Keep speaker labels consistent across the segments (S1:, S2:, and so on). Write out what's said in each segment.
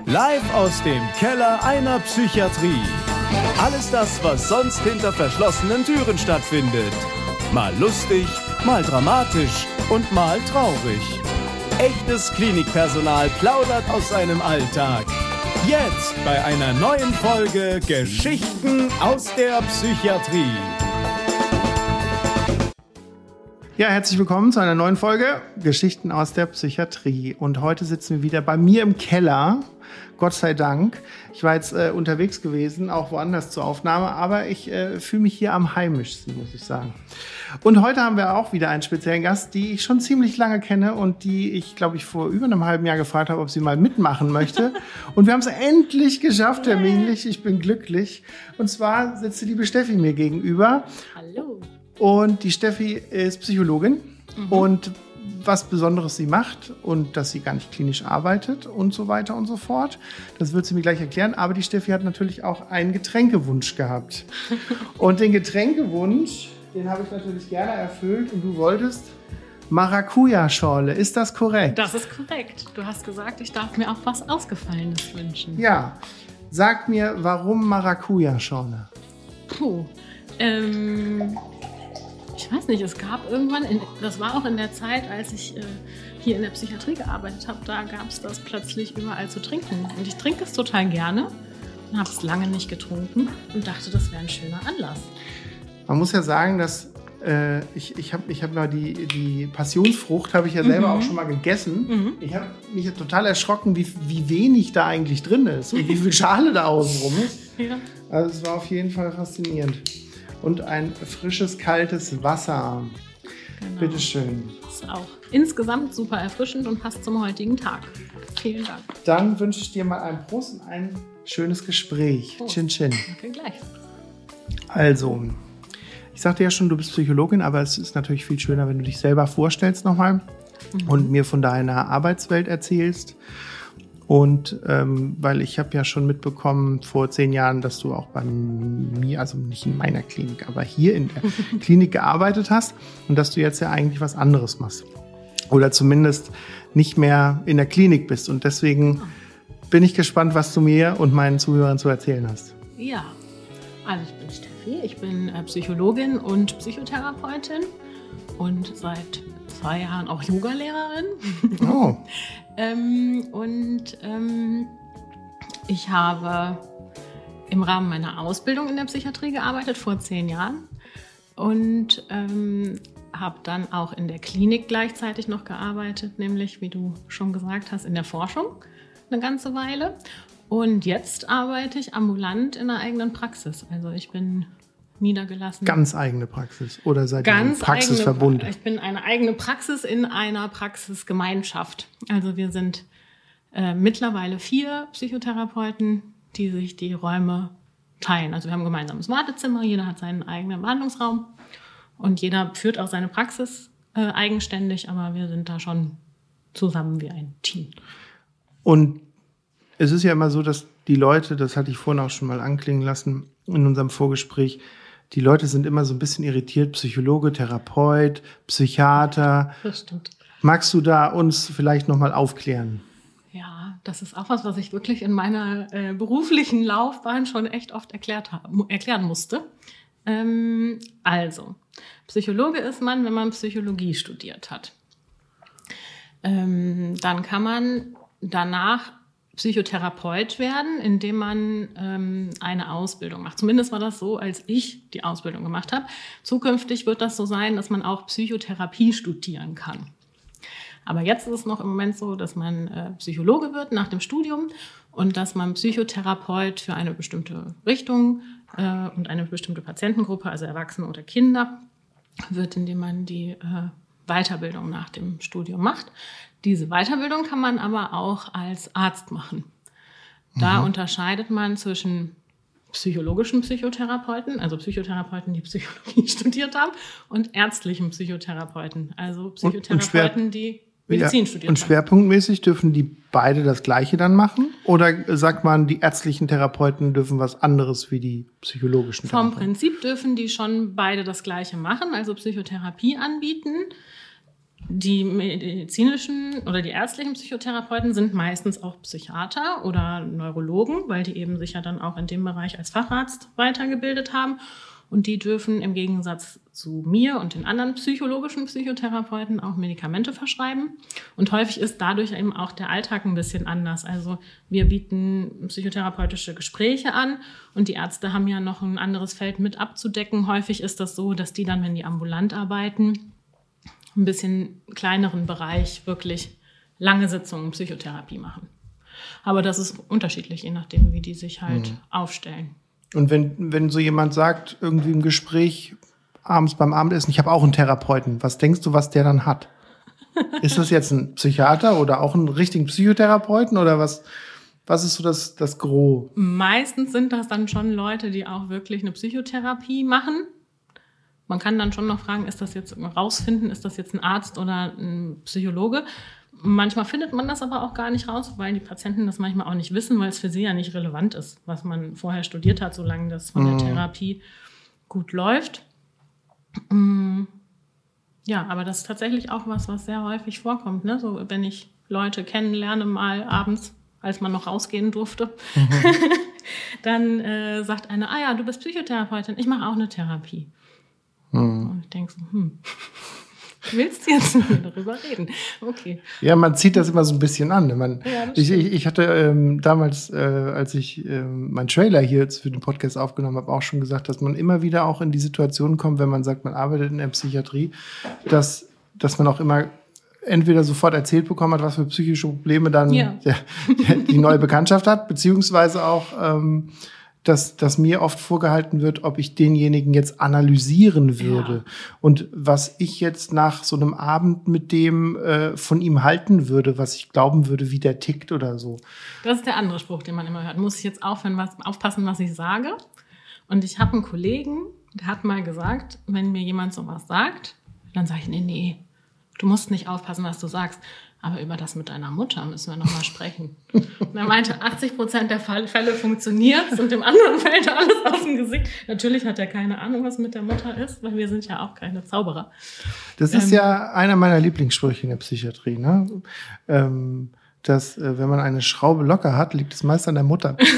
S1: Live aus dem Keller einer Psychiatrie. Alles das, was sonst hinter verschlossenen Türen stattfindet. Mal lustig, mal dramatisch und mal traurig. Echtes Klinikpersonal plaudert aus seinem Alltag. Jetzt bei einer neuen Folge Geschichten aus der Psychiatrie.
S2: Ja, herzlich willkommen zu einer neuen Folge Geschichten aus der Psychiatrie. Und heute sitzen wir wieder bei mir im Keller. Gott sei Dank. Ich war jetzt unterwegs gewesen, auch woanders zur Aufnahme, aber ich fühle mich hier am heimischsten, muss ich sagen. Und heute haben wir auch wieder einen speziellen Gast, die ich schon ziemlich lange kenne und die ich, glaube ich, vor über einem halben Jahr gefragt habe, ob sie mal mitmachen möchte. Und wir haben es endlich geschafft, terminlich. Ich bin glücklich. Und zwar sitzt die liebe Steffi mir gegenüber.
S3: Hallo.
S2: Und die Steffi ist Psychologin und was Besonderes sie macht und dass sie gar nicht klinisch arbeitet und so weiter und so fort. Das wird sie mir gleich erklären. Aber die Steffi hat natürlich auch einen Getränkewunsch gehabt. Und den Getränkewunsch, den habe ich natürlich gerne erfüllt. Und du wolltest Maracuja-Schorle. Ist das korrekt?
S3: Das ist korrekt. Du hast gesagt, ich darf mir auch was Ausgefallenes wünschen.
S2: Ja. Sag mir, warum Maracuja-Schorle?
S3: Ich weiß nicht, es gab irgendwann, das war auch in der Zeit, als ich hier in der Psychiatrie gearbeitet habe, da gab es das plötzlich überall zu trinken. Und ich trinke es total gerne und habe es lange nicht getrunken und dachte, das wäre ein schöner Anlass.
S2: Man muss ja sagen, dass ich hab mal die Passionsfrucht habe ich ja selber auch schon mal gegessen. Ich habe mich total erschrocken, wie wenig da eigentlich drin ist und wie viel Schale da außenrum ist.
S3: Ja.
S2: Also es war auf jeden Fall faszinierend. Und ein frisches, kaltes Wasser. Genau. Bitteschön.
S3: Ist auch insgesamt super erfrischend und passt zum heutigen Tag. Vielen Dank.
S2: Dann wünsche ich dir mal einen Prost und ein schönes Gespräch.
S3: Prost.
S2: Chin Chin.
S3: Okay, gleich.
S2: Also, ich sagte ja schon, du bist Psychologin, aber es ist natürlich viel schöner, wenn du dich selber vorstellst nochmal und mir von deiner Arbeitswelt erzählst. Und weil ich habe ja schon mitbekommen vor 10 Jahren, dass du auch bei mir, also nicht in meiner Klinik, aber hier in der Klinik gearbeitet hast und dass du jetzt ja eigentlich was anderes machst. Oder zumindest nicht mehr in der Klinik bist. Und deswegen bin ich gespannt, was du mir und meinen Zuhörern zu erzählen hast.
S3: Ja, also ich bin Steffi, ich bin Psychologin und Psychotherapeutin und seit 2 Jahren auch Yogalehrerin.
S2: Oh.
S3: Ich habe im Rahmen meiner Ausbildung in der Psychiatrie gearbeitet, vor 10 Jahren. Und habe dann auch in der Klinik gleichzeitig noch gearbeitet, nämlich, wie du schon gesagt hast, in der Forschung eine ganze Weile. Und jetzt arbeite ich ambulant in einer eigenen Praxis. Also ich bin niedergelassen.
S2: Ganz eigene Praxis oder seid ihr ein Praxisverbund?
S3: Ich bin eine eigene Praxis in einer Praxisgemeinschaft. Also wir sind mittlerweile 4 Psychotherapeuten, die sich die Räume teilen. Also wir haben ein gemeinsames Wartezimmer, jeder hat seinen eigenen Behandlungsraum und jeder führt auch seine Praxis eigenständig, aber wir sind da schon zusammen wie ein Team.
S2: Und es ist ja immer so, dass die Leute, das hatte ich vorhin auch schon mal anklingen lassen in unserem Vorgespräch, die Leute sind immer so ein bisschen irritiert, Psychologe, Therapeut, Psychiater.
S3: Das stimmt.
S2: Magst du da uns vielleicht nochmal aufklären?
S3: Ja, das ist auch was ich wirklich in meiner beruflichen Laufbahn schon echt oft erklären musste. Also, Psychologe ist man, wenn man Psychologie studiert hat. Dann kann man danach Psychotherapeut werden, indem man eine Ausbildung macht. Zumindest war das so, als ich die Ausbildung gemacht habe. Zukünftig wird das so sein, dass man auch Psychotherapie studieren kann. Aber jetzt ist es noch im Moment so, dass man Psychologe wird nach dem Studium und dass man Psychotherapeut für eine bestimmte Richtung und eine bestimmte Patientengruppe, also Erwachsene oder Kinder, wird, indem man die Weiterbildung nach dem Studium macht. Diese Weiterbildung kann man aber auch als Arzt machen. Da unterscheidet man zwischen psychologischen Psychotherapeuten, also Psychotherapeuten, die Psychologie studiert haben, und ärztlichen Psychotherapeuten, also Psychotherapeuten, die Medizin studiert haben.
S2: Und schwerpunktmäßig dürfen die beide das Gleiche dann machen? Oder sagt man, die ärztlichen Therapeuten dürfen was anderes wie die psychologischen Therapeuten?
S3: Vom Prinzip dürfen die schon beide das Gleiche machen, also Psychotherapie anbieten. Die medizinischen oder die ärztlichen Psychotherapeuten sind meistens auch Psychiater oder Neurologen, weil die eben sich ja dann auch in dem Bereich als Facharzt weitergebildet haben. Und die dürfen im Gegensatz zu mir und den anderen psychologischen Psychotherapeuten auch Medikamente verschreiben. Und häufig ist dadurch eben auch der Alltag ein bisschen anders. Also wir bieten psychotherapeutische Gespräche an und die Ärzte haben ja noch ein anderes Feld mit abzudecken. Häufig ist das so, dass die dann, wenn die ambulant arbeiten, ein bisschen kleineren Bereich wirklich lange Sitzungen Psychotherapie machen. Aber das ist unterschiedlich, je nachdem, wie die sich halt aufstellen.
S2: Und wenn so jemand sagt, irgendwie im Gespräch, abends beim Abendessen, ich habe auch einen Therapeuten, was denkst du, was der dann hat? Ist das jetzt ein Psychiater oder auch einen richtigen Psychotherapeuten oder was ist so das Gros?
S3: Meistens sind das dann schon Leute, die auch wirklich eine Psychotherapie machen. Man kann dann schon noch fragen, ist das jetzt ein Arzt oder ein Psychologe? Manchmal findet man das aber auch gar nicht raus, weil die Patienten das manchmal auch nicht wissen, weil es für sie ja nicht relevant ist, was man vorher studiert hat, solange das von der Therapie gut läuft. Ja, aber das ist tatsächlich auch was sehr häufig vorkommt, ne? So, wenn ich Leute kennenlerne, mal abends, als man noch rausgehen durfte, dann sagt eine, ja, du bist Psychotherapeutin, ich mache auch eine Therapie. Und ich denke so, willst du jetzt mit mir darüber reden? Okay.
S2: Ja, man zieht das immer so ein bisschen an. Ich hatte damals, als ich meinen Trailer hier jetzt für den Podcast aufgenommen habe, auch schon gesagt, dass man immer wieder auch in die Situation kommt, wenn man sagt, man arbeitet in der Psychiatrie, dass man auch immer entweder sofort erzählt bekommen hat, was für psychische Probleme dann die neue Bekanntschaft hat, beziehungsweise auch dass mir oft vorgehalten wird, ob ich denjenigen jetzt analysieren würde. Ja. Und was ich jetzt nach so einem Abend mit dem von ihm halten würde, was ich glauben würde, wie der tickt oder so.
S3: Das ist der andere Spruch, den man immer hört. Muss ich jetzt aufpassen, was ich sage? Und ich habe einen Kollegen, der hat mal gesagt, wenn mir jemand sowas sagt, dann sage ich, nee, du musst nicht aufpassen, was du sagst. Aber über das mit deiner Mutter müssen wir noch mal sprechen. Und er meinte, 80% der Fälle funktioniert und dem anderen fällt alles aus dem Gesicht. Natürlich hat er keine Ahnung, was mit der Mutter ist, weil wir sind ja auch keine Zauberer.
S2: Das ist ja einer meiner Lieblingssprüche in der Psychiatrie, ne? Dass, wenn man eine Schraube locker hat, liegt es meist an der Mutter.
S3: Das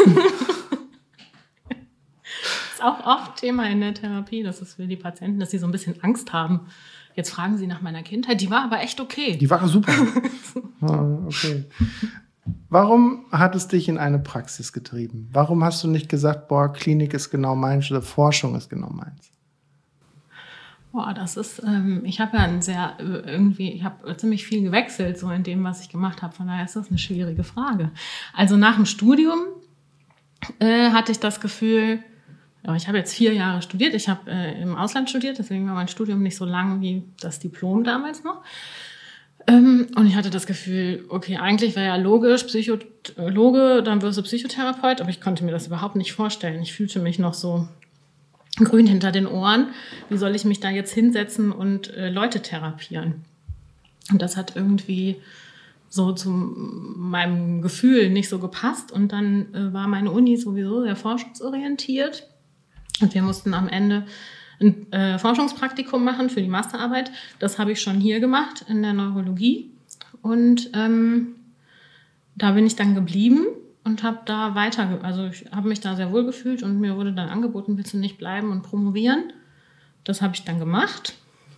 S3: ist auch oft Thema in der Therapie, dass es für die Patienten, dass sie so ein bisschen Angst haben. Jetzt fragen Sie nach meiner Kindheit. Die war aber echt okay.
S2: Die war super. Okay. Warum hat es dich in eine Praxis getrieben? Warum hast du nicht gesagt, Klinik ist genau meins oder Forschung ist genau meins?
S3: Das ist, ich habe ja ich habe ziemlich viel gewechselt, so in dem, was ich gemacht habe. Von daher ist das eine schwierige Frage. Also nach dem Studium hatte ich das Gefühl, ich habe jetzt 4 Jahre studiert. Ich habe im Ausland studiert, deswegen war mein Studium nicht so lang wie das Diplom damals noch. Und ich hatte das Gefühl, okay, eigentlich wäre ja logisch, Psychologe, dann wirst du Psychotherapeut, aber ich konnte mir das überhaupt nicht vorstellen. Ich fühlte mich noch so grün hinter den Ohren. Wie soll ich mich da jetzt hinsetzen und Leute therapieren? Und das hat irgendwie so zu meinem Gefühl nicht so gepasst. Und dann war meine Uni sowieso sehr forschungsorientiert. Und wir mussten am Ende ein Forschungspraktikum machen für die Masterarbeit. Das habe ich schon hier gemacht, in der Neurologie. Und da bin ich dann geblieben und habe da ich habe mich da sehr wohl gefühlt und mir wurde dann angeboten, willst du nicht bleiben und promovieren? Das habe ich dann gemacht.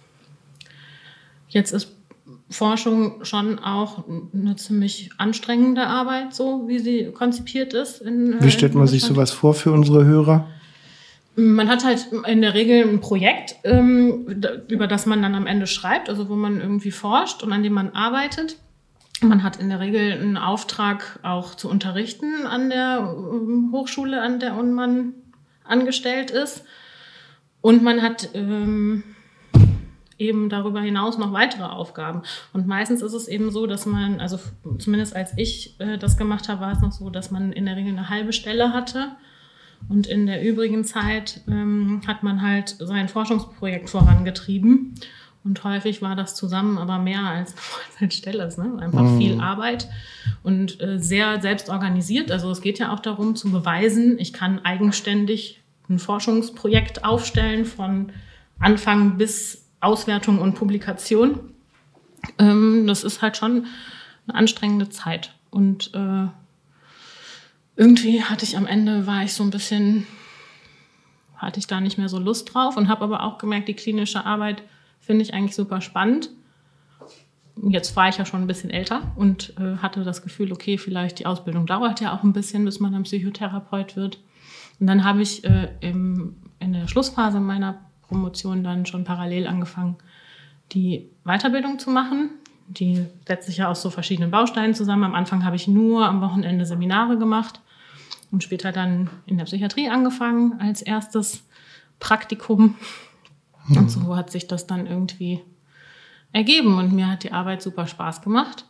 S3: Jetzt ist Forschung schon auch eine ziemlich anstrengende Arbeit, so wie sie konzipiert ist.
S2: Wie stellt man sich sowas vor für unsere Hörer?
S3: Man hat halt in der Regel ein Projekt, über das man dann am Ende schreibt, also wo man irgendwie forscht und an dem man arbeitet. Man hat in der Regel einen Auftrag, auch zu unterrichten an der Hochschule, an der man angestellt ist. Und man hat eben darüber hinaus noch weitere Aufgaben. Und meistens ist es eben so, dass man, also zumindest als ich das gemacht habe, war es noch so, dass man in der Regel eine halbe Stelle hatte. Und in der übrigen Zeit hat man halt sein Forschungsprojekt vorangetrieben. Und häufig war das zusammen aber mehr als eine Stelle. Ne? Einfach viel Arbeit und sehr selbst organisiert. Also es geht ja auch darum zu beweisen, ich kann eigenständig ein Forschungsprojekt aufstellen von Anfang bis Auswertung und Publikation. Das ist halt schon eine anstrengende Zeit. Und irgendwie hatte ich da nicht mehr so Lust drauf und habe aber auch gemerkt, die klinische Arbeit finde ich eigentlich super spannend. Jetzt war ich ja schon ein bisschen älter und hatte das Gefühl, okay, vielleicht die Ausbildung dauert ja auch ein bisschen, bis man dann Psychotherapeut wird. Und dann habe ich in der Schlussphase meiner Promotion dann schon parallel angefangen, die Weiterbildung zu machen. Die setzt sich ja aus so verschiedenen Bausteinen zusammen. Am Anfang habe ich nur am Wochenende Seminare gemacht und später dann in der Psychiatrie angefangen als erstes Praktikum. Und so hat sich das dann irgendwie ergeben und mir hat die Arbeit super Spaß gemacht.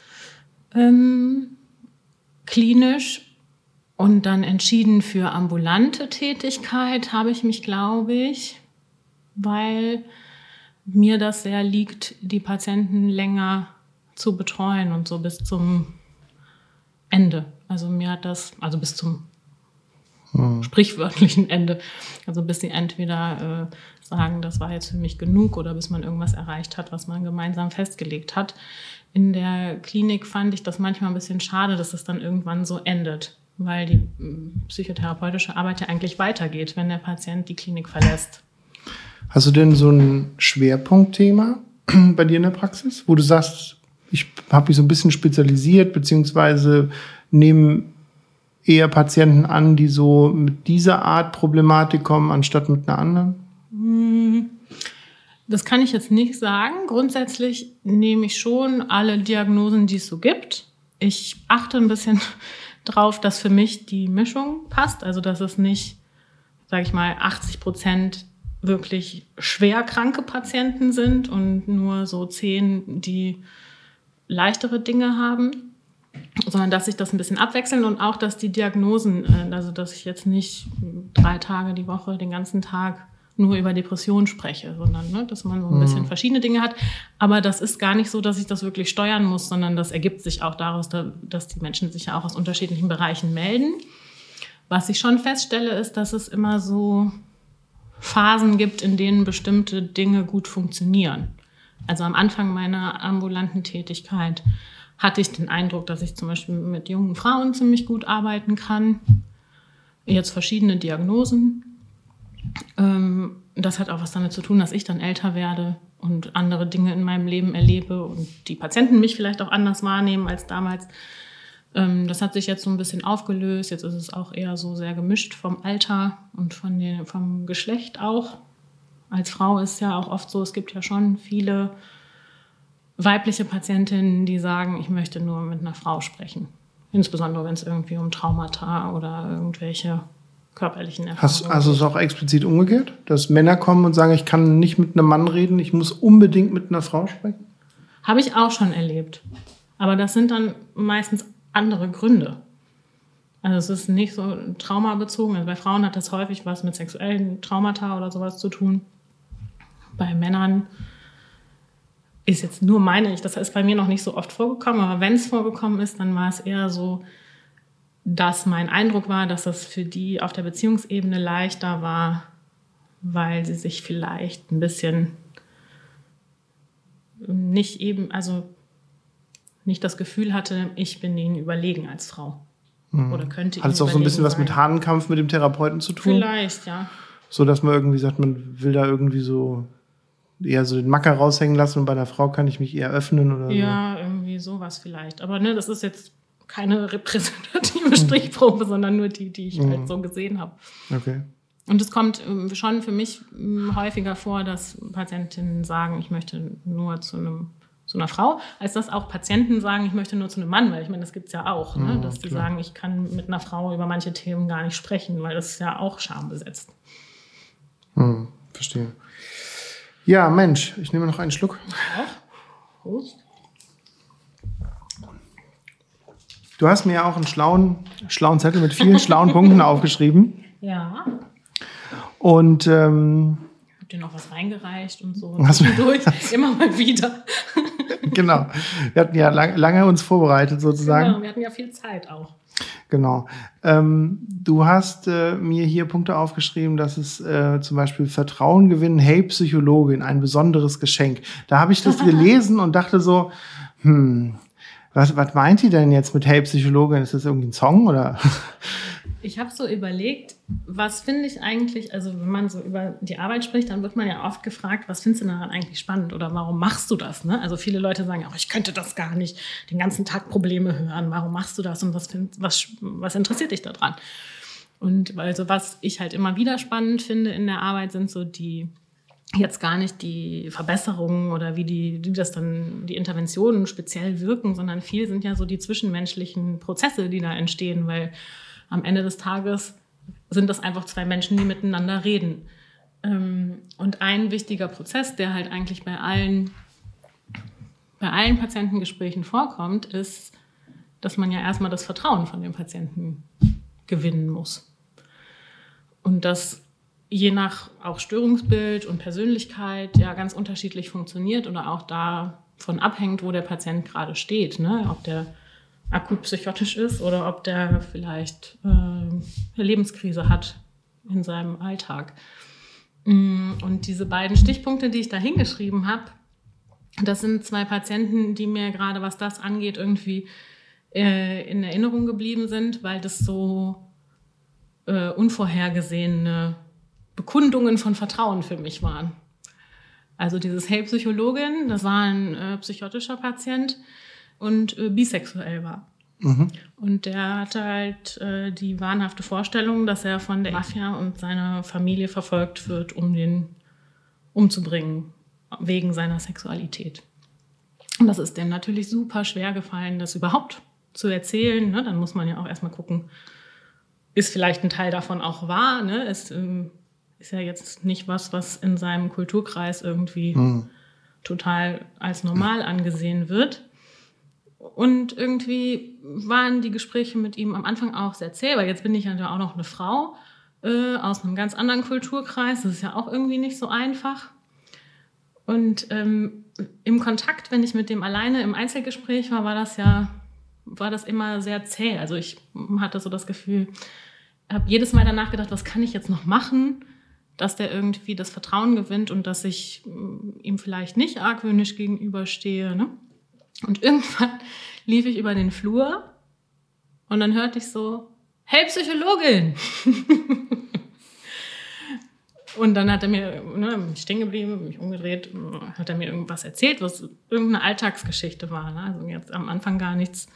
S3: Klinisch und dann entschieden für ambulante Tätigkeit habe ich mich, glaube ich, weil mir das sehr liegt, die Patienten länger zu betreuen und so bis zum Ende. Also bis zum sprichwörtlichen Ende. Also bis sie entweder sagen, das war jetzt für mich genug oder bis man irgendwas erreicht hat, was man gemeinsam festgelegt hat. In der Klinik fand ich das manchmal ein bisschen schade, dass es dann irgendwann so endet, weil die psychotherapeutische Arbeit ja eigentlich weitergeht, wenn der Patient die Klinik verlässt.
S2: Hast du denn so ein Schwerpunktthema bei dir in der Praxis, wo du sagst, ich habe mich so ein bisschen spezialisiert, beziehungsweise nehme eher Patienten an, die so mit dieser Art Problematik kommen, anstatt mit einer anderen?
S3: Das kann ich jetzt nicht sagen. Grundsätzlich nehme ich schon alle Diagnosen, die es so gibt. Ich achte ein bisschen drauf, dass für mich die Mischung passt. Also dass es nicht, sage ich mal, 80% wirklich schwer kranke Patienten sind und nur so 10, die leichtere Dinge haben, sondern dass sich das ein bisschen abwechseln und auch, dass die Diagnosen, also dass ich jetzt nicht 3 Tage die Woche, den ganzen Tag nur über Depressionen spreche, sondern dass man so ein bisschen verschiedene Dinge hat. Aber das ist gar nicht so, dass ich das wirklich steuern muss, sondern das ergibt sich auch daraus, dass die Menschen sich ja auch aus unterschiedlichen Bereichen melden. Was ich schon feststelle, ist, dass es immer so Phasen gibt, in denen bestimmte Dinge gut funktionieren. Also am Anfang meiner ambulanten Tätigkeit hatte ich den Eindruck, dass ich zum Beispiel mit jungen Frauen ziemlich gut arbeiten kann. Jetzt verschiedene Diagnosen. Das hat auch was damit zu tun, dass ich dann älter werde und andere Dinge in meinem Leben erlebe und die Patienten mich vielleicht auch anders wahrnehmen als damals. Das hat sich jetzt so ein bisschen aufgelöst. Jetzt ist es auch eher so sehr gemischt vom Alter und vom Geschlecht auch. Als Frau ist ja auch oft so, es gibt ja schon viele weibliche Patientinnen, die sagen, ich möchte nur mit einer Frau sprechen. Insbesondere, wenn es irgendwie um Traumata oder irgendwelche körperlichen Erfahrungen geht.
S2: Also ist es auch explizit umgekehrt, dass Männer kommen und sagen, ich kann nicht mit einem Mann reden, ich muss unbedingt mit einer Frau sprechen?
S3: Habe ich auch schon erlebt. Aber das sind dann meistens andere Gründe. Also es ist nicht so traumabezogen. Also bei Frauen hat das häufig was mit sexuellen Traumata oder sowas zu tun. Bei Männern ist jetzt nur das ist bei mir noch nicht so oft vorgekommen, aber wenn es vorgekommen ist, dann war es eher so, dass mein Eindruck war, dass das für die auf der Beziehungsebene leichter war, weil sie sich vielleicht ein bisschen nicht das Gefühl hatte, ich bin ihnen überlegen als Frau. Oder könnte
S2: Hat es auch so ein bisschen was mit Hahnenkampf mit dem Therapeuten zu tun?
S3: Vielleicht, ja.
S2: So, dass man irgendwie sagt, man will da irgendwie so eher so den Macker raushängen lassen und bei einer Frau kann ich mich eher öffnen oder so.
S3: Ja, irgendwie sowas vielleicht. Aber das ist jetzt keine repräsentative Strichprobe, sondern nur die ich halt so gesehen habe.
S2: Okay.
S3: Und es kommt schon für mich häufiger vor, dass Patientinnen sagen, ich möchte nur zu einer Frau, als dass auch Patienten sagen, ich möchte nur zu einem Mann, weil ich meine, das gibt es ja auch, dass die sagen, ich kann mit einer Frau über manche Themen gar nicht sprechen, weil das ist ja auch schambesetzt.
S2: Verstehe. Ja, Mensch, ich nehme noch einen Schluck.
S3: Auch? Prost.
S2: Du hast mir ja auch einen schlauen Zettel mit vielen schlauen Punkten aufgeschrieben.
S3: Ja.
S2: Und
S3: hab dir noch was reingereicht und so. Zwischendurch, immer mal wieder.
S2: Genau. Wir hatten ja lange uns vorbereitet sozusagen.
S3: Genau, wir hatten ja viel Zeit auch.
S2: Genau. Du hast mir hier Punkte aufgeschrieben, dass es zum Beispiel Vertrauen gewinnen, hey Psychologin, ein besonderes Geschenk. Da habe ich das gelesen und dachte so, was meint die denn jetzt mit hey Psychologin? Ist das irgendwie ein Song oder?
S3: Ich habe so überlegt, was finde ich eigentlich, also wenn man so über die Arbeit spricht, dann wird man ja oft gefragt, was findest du daran eigentlich spannend oder warum machst du das? Ne? Also viele Leute sagen auch, ich könnte das gar nicht, den ganzen Tag Probleme hören, warum machst du das und was interessiert dich daran? Und also was ich halt immer wieder spannend finde in der Arbeit, sind so jetzt gar nicht die Verbesserungen oder wie die Interventionen speziell wirken, sondern viel sind ja so die zwischenmenschlichen Prozesse, die da entstehen, weil am Ende des Tages sind das einfach zwei Menschen, die miteinander reden. Und ein wichtiger Prozess, der halt eigentlich bei allen Patientengesprächen vorkommt, ist, dass man ja erstmal das Vertrauen von dem Patienten gewinnen muss. Und das je nach auch Störungsbild und Persönlichkeit ja ganz unterschiedlich funktioniert oder auch davon abhängt, wo der Patient gerade steht, ne? Ob der akut psychotisch ist oder ob der vielleicht eine Lebenskrise hat in seinem Alltag. Und diese beiden Stichpunkte, die ich da hingeschrieben habe, das sind zwei Patienten, die mir gerade, was das angeht, irgendwie in Erinnerung geblieben sind, weil das so unvorhergesehene Bekundungen von Vertrauen für mich waren. Also dieses Hey Psychologin, das war ein psychotischer Patient und bisexuell war. Mhm. Und der hatte halt die wahnhafte Vorstellung, dass er von der Mafia und seiner Familie verfolgt wird, um den umzubringen, wegen seiner Sexualität. Und das ist dem natürlich super schwer gefallen, das überhaupt zu erzählen. Ne? Dann muss man ja auch erstmal gucken, ist vielleicht ein Teil davon auch wahr, ne? Ist ja jetzt nicht was in seinem Kulturkreis irgendwie total als normal angesehen wird. Und irgendwie waren die Gespräche mit ihm am Anfang auch sehr zäh, weil jetzt bin ich ja auch noch eine Frau aus einem ganz anderen Kulturkreis. Das ist ja auch irgendwie nicht so einfach. Und im Kontakt, wenn ich mit dem alleine im Einzelgespräch war, war das immer sehr zäh. Also ich hatte so das Gefühl, habe jedes Mal danach gedacht, was kann ich jetzt noch machen, dass der irgendwie das Vertrauen gewinnt und dass ich ihm vielleicht nicht argwöhnisch gegenüberstehe. Ne? Und irgendwann lief ich über den Flur und dann hörte ich so, hey Psychologin! Und dann hat er mir, stehen geblieben, mich umgedreht, hat er mir irgendwas erzählt, was irgendeine Alltagsgeschichte war. Ne? Also jetzt am Anfang gar nichts,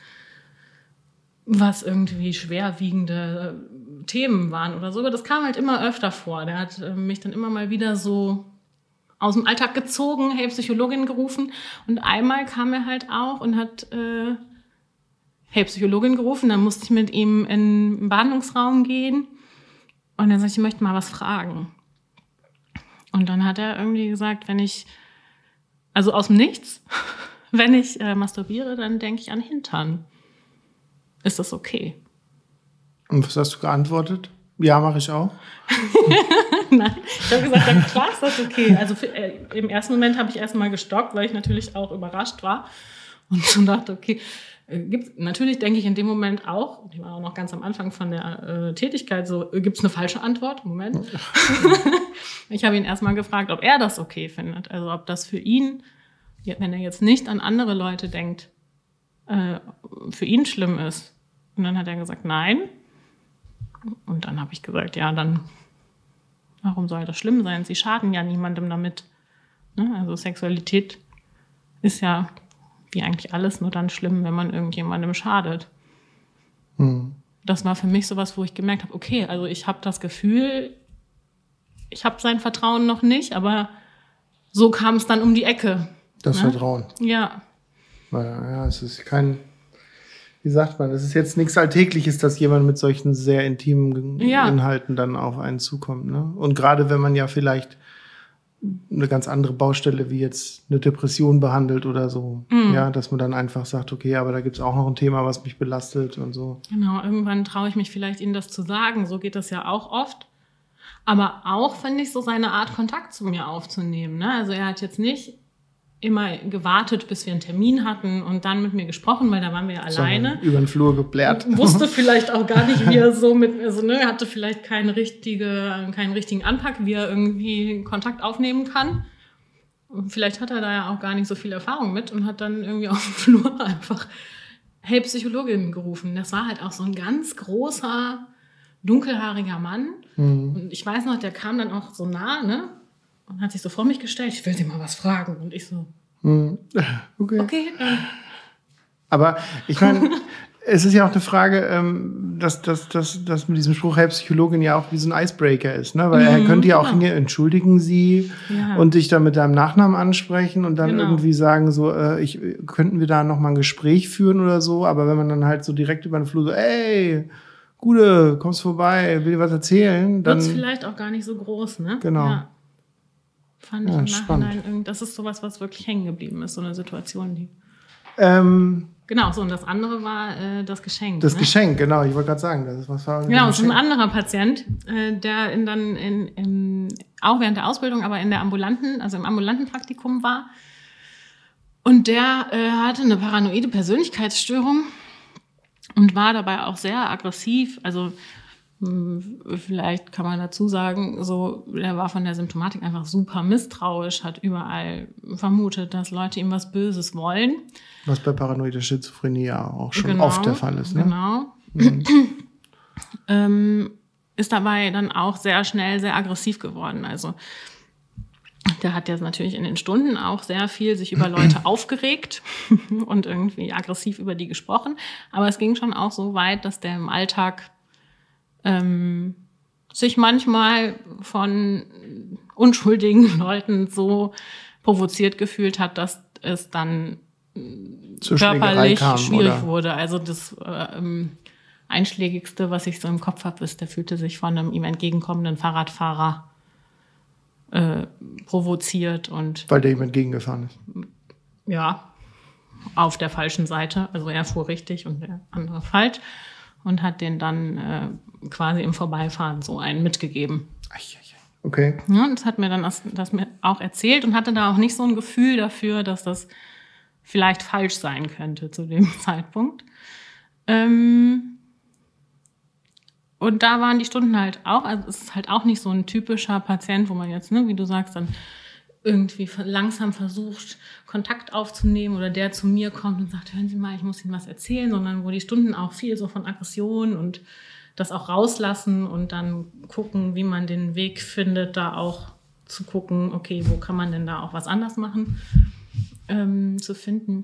S3: was irgendwie schwerwiegende Themen waren oder so. Aber das kam halt immer öfter vor. Der hat mich dann immer mal wieder so aus dem Alltag gezogen, hey Psychologin gerufen. Und einmal kam er halt auch und hat hey Psychologin gerufen. Dann musste ich mit ihm in den Behandlungsraum gehen. Und dann sagte ich möchte mal was fragen. Und dann hat er irgendwie gesagt, also aus dem Nichts, wenn ich masturbiere, dann denke ich an Hintern. Ist das okay?
S2: Und was hast du geantwortet? Ja, mache ich auch.
S3: Nein, ich habe gesagt, ja, klar ist das okay. Also im ersten Moment habe ich erstmal gestockt, weil ich natürlich auch überrascht war. Und dann dachte, okay, natürlich denke ich in dem Moment auch, ich war auch noch ganz am Anfang von der Tätigkeit, so, gibt es eine falsche Antwort? Moment. Ich habe ihn erstmal gefragt, ob er das okay findet. Also ob das für ihn, wenn er jetzt nicht an andere Leute denkt, für ihn schlimm ist. Und dann hat er gesagt, nein. Und dann habe ich gesagt, ja, dann, warum soll das schlimm sein? Sie schaden ja niemandem damit. Ne? Also Sexualität ist ja wie eigentlich alles nur dann schlimm, wenn man irgendjemandem schadet. Das war für mich sowas, wo ich gemerkt habe, okay, also ich habe das Gefühl, ich habe sein Vertrauen noch nicht, aber so kam es dann um die Ecke.
S2: Das Vertrauen.
S3: Ja.
S2: Ja, es ist wie sagt man, es ist jetzt nichts Alltägliches, dass jemand mit solchen sehr intimen Inhalten dann auf einen zukommt. Ne? Und gerade wenn man ja vielleicht eine ganz andere Baustelle wie jetzt eine Depression behandelt oder so, ja, dass man dann einfach sagt, okay, aber da gibt's auch noch ein Thema, was mich belastet und so.
S3: Genau, irgendwann traue ich mich vielleicht, Ihnen das zu sagen. So geht das ja auch oft. Aber auch finde ich so seine Art, Kontakt zu mir aufzunehmen. Ne? Also er hat jetzt nicht immer gewartet, bis wir einen Termin hatten und dann mit mir gesprochen, weil da waren wir ja alleine.
S2: Über den Flur geblärt.
S3: Wusste vielleicht auch gar nicht, wie er so hatte vielleicht keinen richtigen Anpack, wie er irgendwie Kontakt aufnehmen kann. Und vielleicht hat er da ja auch gar nicht so viel Erfahrung mit und hat dann irgendwie auf dem Flur einfach Hey Psychologin gerufen. Das war halt auch so ein ganz großer, dunkelhaariger Mann. Und ich weiß noch, der kam dann auch so nah, ne? Und hat sich so vor mich gestellt, ich will dir mal was fragen. Und ich so, okay.
S2: Aber ich meine, es ist ja auch eine Frage, dass mit diesem Spruch, hey, Psychologin ja auch wie so ein Icebreaker ist, ne? Weil er könnte ja auch hingehen, entschuldigen Sie und dich dann mit deinem Nachnamen ansprechen und dann irgendwie sagen, so, könnten wir da nochmal ein Gespräch führen oder so. Aber wenn man dann halt so direkt über den Flur so, ey, Gude, kommst vorbei, will dir was erzählen, dann
S3: wird's vielleicht auch gar nicht so groß, ne?
S2: Genau.
S3: Ja. Fand ich im
S2: spannend.
S3: Nachhinein, das ist sowas, was wirklich hängen geblieben ist, so eine Situation, die. Genau, so, und das andere war das Geschenk.
S2: Das Geschenk, genau, ich wollte gerade sagen, das ist was war.
S3: Genau, das ist ein anderer Patient, der auch während der Ausbildung, aber im ambulanten Praktikum war. Und der hatte eine paranoide Persönlichkeitsstörung und war dabei auch sehr aggressiv, also vielleicht kann man dazu sagen, so, der war von der Symptomatik einfach super misstrauisch, hat überall vermutet, dass Leute ihm was Böses wollen.
S2: Was bei paranoider Schizophrenie ja auch schon oft der Fall ist, ne?
S3: Genau. Ist dabei dann auch sehr schnell sehr aggressiv geworden. Also der hat jetzt natürlich in den Stunden auch sehr viel sich über Leute aufgeregt und irgendwie aggressiv über die gesprochen. Aber es ging schon auch so weit, dass der im Alltag sich manchmal von unschuldigen Leuten so provoziert gefühlt hat, dass es dann körperlich schwierig wurde. Also das Einschlägigste, was ich so im Kopf habe, ist, der fühlte sich von einem ihm entgegenkommenden Fahrradfahrer provoziert.
S2: Weil der ihm entgegengefahren ist?
S3: Ja, auf der falschen Seite. Also er fuhr richtig und der andere falsch. Und hat den dann quasi im Vorbeifahren so einen mitgegeben.
S2: Okay.
S3: Ja, das hat mir dann das mir auch erzählt und hatte da auch nicht so ein Gefühl dafür, dass das vielleicht falsch sein könnte zu dem Zeitpunkt. Und da waren die Stunden halt auch, also es ist halt auch nicht so ein typischer Patient, wo man jetzt, ne, wie du sagst, dann irgendwie langsam versucht, Kontakt aufzunehmen oder der zu mir kommt und sagt, hören Sie mal, ich muss Ihnen was erzählen, sondern wo die Stunden auch viel so von Aggression und das auch rauslassen und dann gucken, wie man den Weg findet, da auch zu gucken, okay, wo kann man denn da auch was anders machen, zu finden.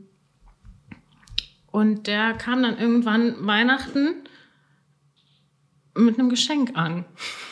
S3: Und der kam dann irgendwann Weihnachten mit einem Geschenk an.